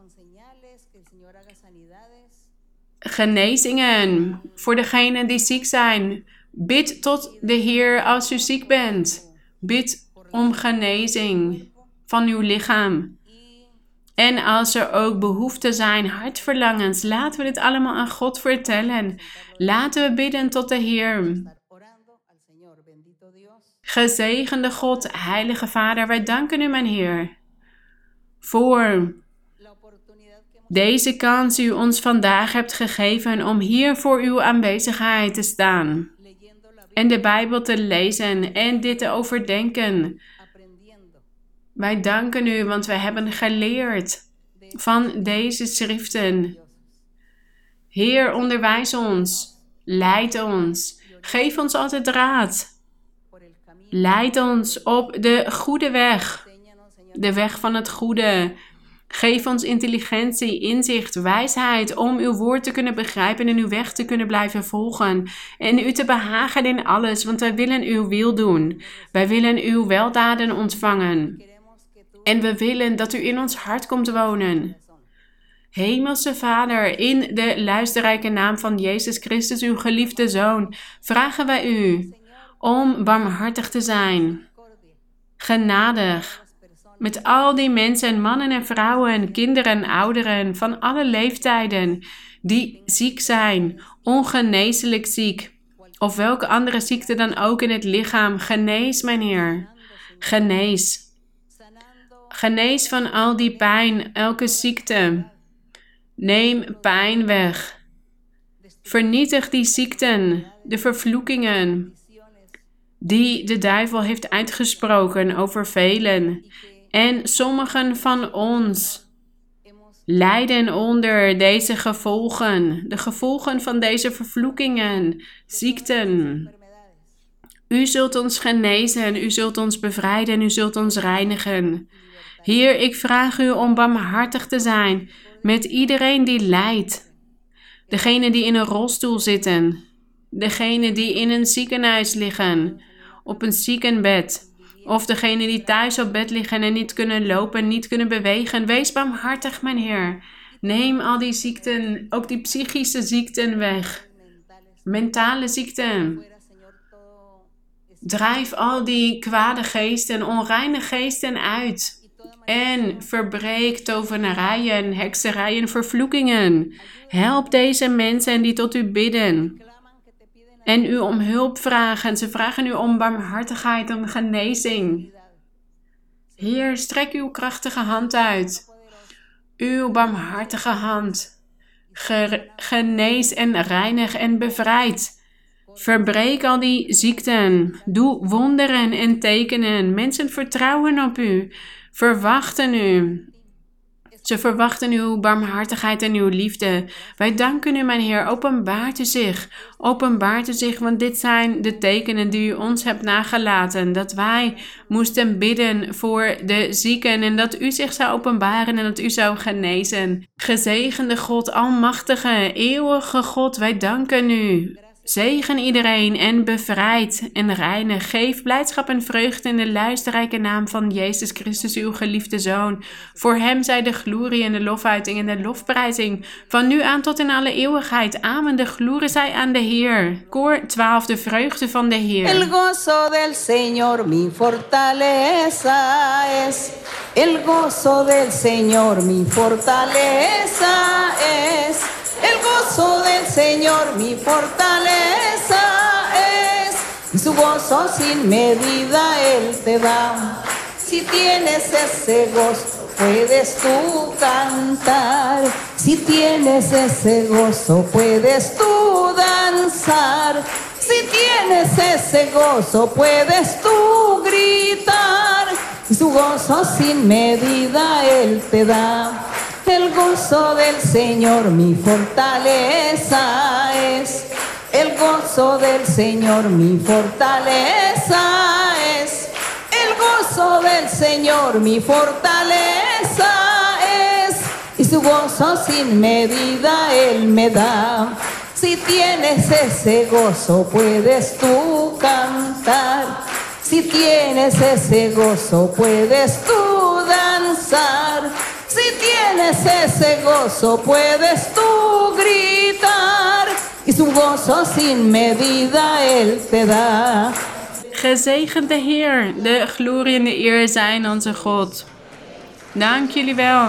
genezingen voor degenen die ziek zijn. Bid tot de Heer als u ziek bent. Bid om genezing van uw lichaam. En als er ook behoeften zijn, hartverlangens, laten we dit allemaal aan God vertellen. Laten we bidden tot de Heer. Gezegende God, Heilige Vader, wij danken u, mijn Heer, voor deze kans u ons vandaag hebt gegeven om hier voor uw aanwezigheid te staan en de Bijbel te lezen en dit te overdenken. Wij danken u, want wij hebben geleerd van deze schriften. Heer, onderwijs ons, leid ons, geef ons altijd raad. Leid ons op de goede weg, de weg van het goede. Geef ons intelligentie, inzicht, wijsheid om uw woord te kunnen begrijpen en uw weg te kunnen blijven volgen. En u te behagen in alles, want wij willen uw wil doen. Wij willen uw weldaden ontvangen. En we willen dat u in ons hart komt wonen. Hemelse Vader, in de luisterrijke naam van Jezus Christus, uw geliefde Zoon, vragen wij u om barmhartig te zijn, genadig, met al die mensen, mannen en vrouwen, kinderen en ouderen van alle leeftijden, die ziek zijn, ongeneeslijk ziek, of welke andere ziekte dan ook in het lichaam. Genees, mijn Heer, genees. Genees van al die pijn, elke ziekte. Neem pijn weg. Vernietig die ziekten, de vervloekingen die de duivel heeft uitgesproken over velen. En sommigen van ons lijden onder deze gevolgen, de gevolgen van deze vervloekingen, ziekten. U zult ons genezen, u zult ons bevrijden, u zult ons reinigen. Heer, ik vraag u om barmhartig te zijn met iedereen die lijdt. Degene die in een rolstoel zitten, degene die in een ziekenhuis liggen, op een ziekenbed, of degene die thuis op bed liggen en niet kunnen lopen, niet kunnen bewegen. Wees barmhartig, mijn Heer. Neem al die ziekten, ook die psychische ziekten weg. Mentale ziekten. Drijf al die kwade geesten, onreine geesten uit. En verbreek tovenarijen, hekserijen, vervloekingen. Help deze mensen die tot u bidden. En u om hulp vragen. Ze vragen u om barmhartigheid, om genezing. Heer, strek uw krachtige hand uit. Uw barmhartige hand. Ge- genees en reinig en bevrijd. Verbreek al die ziekten. Doe wonderen en tekenen. Mensen vertrouwen op u. Verwachten u. Ze verwachten uw barmhartigheid en uw liefde. Wij danken u, mijn Heer. Openbaart u zich. Openbaart u zich, want dit zijn de tekenen die u ons hebt nagelaten. Dat wij moesten bidden voor de zieken en dat u zich zou openbaren en dat u zou genezen. Gezegende God, almachtige, eeuwige God, wij danken u. Zegen iedereen en bevrijd en reinig. Geef blijdschap en vreugde in de luisterrijke naam van Jezus Christus, uw geliefde Zoon. Voor hem zij de glorie en de lofuiting en de lofprijzing. Van nu aan tot in alle eeuwigheid. Amen. De glorie zij aan de Heer. Koor twaalf, de vreugde van de Heer. El gozo del Señor mi fortaleza es. El gozo del Señor mi fortaleza es. El gozo del Señor mi fortaleza es. Y su gozo sin medida Él te da. Si tienes ese gozo, puedes tú cantar. Si tienes ese gozo, puedes tú danzar. Si tienes ese gozo, puedes tú gritar. Y su gozo sin medida Él te da. El gozo del Señor mi fortaleza es. El gozo del Señor mi fortaleza es. El gozo del Señor mi fortaleza es. Y su gozo sin medida Él me da. Si tienes ese gozo, puedes tú cantar. Si tienes ese gozo, puedes tú danzar. Si tienes ese gozo, puedes tú gritar. Y su gozo sin medida Él te da. Gezegend de Heer, de glorie en de eer zijn onze God. Dank jullie wel.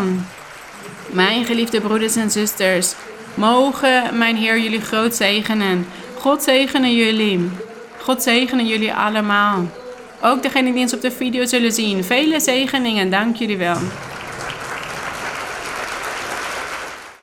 Mijn geliefde broeders en zusters, mogen mijn Heer jullie groot zegenen. God zegene jullie. God zegene jullie allemaal. Ook degenen die ons op de video zullen zien. Vele zegeningen, dank jullie wel.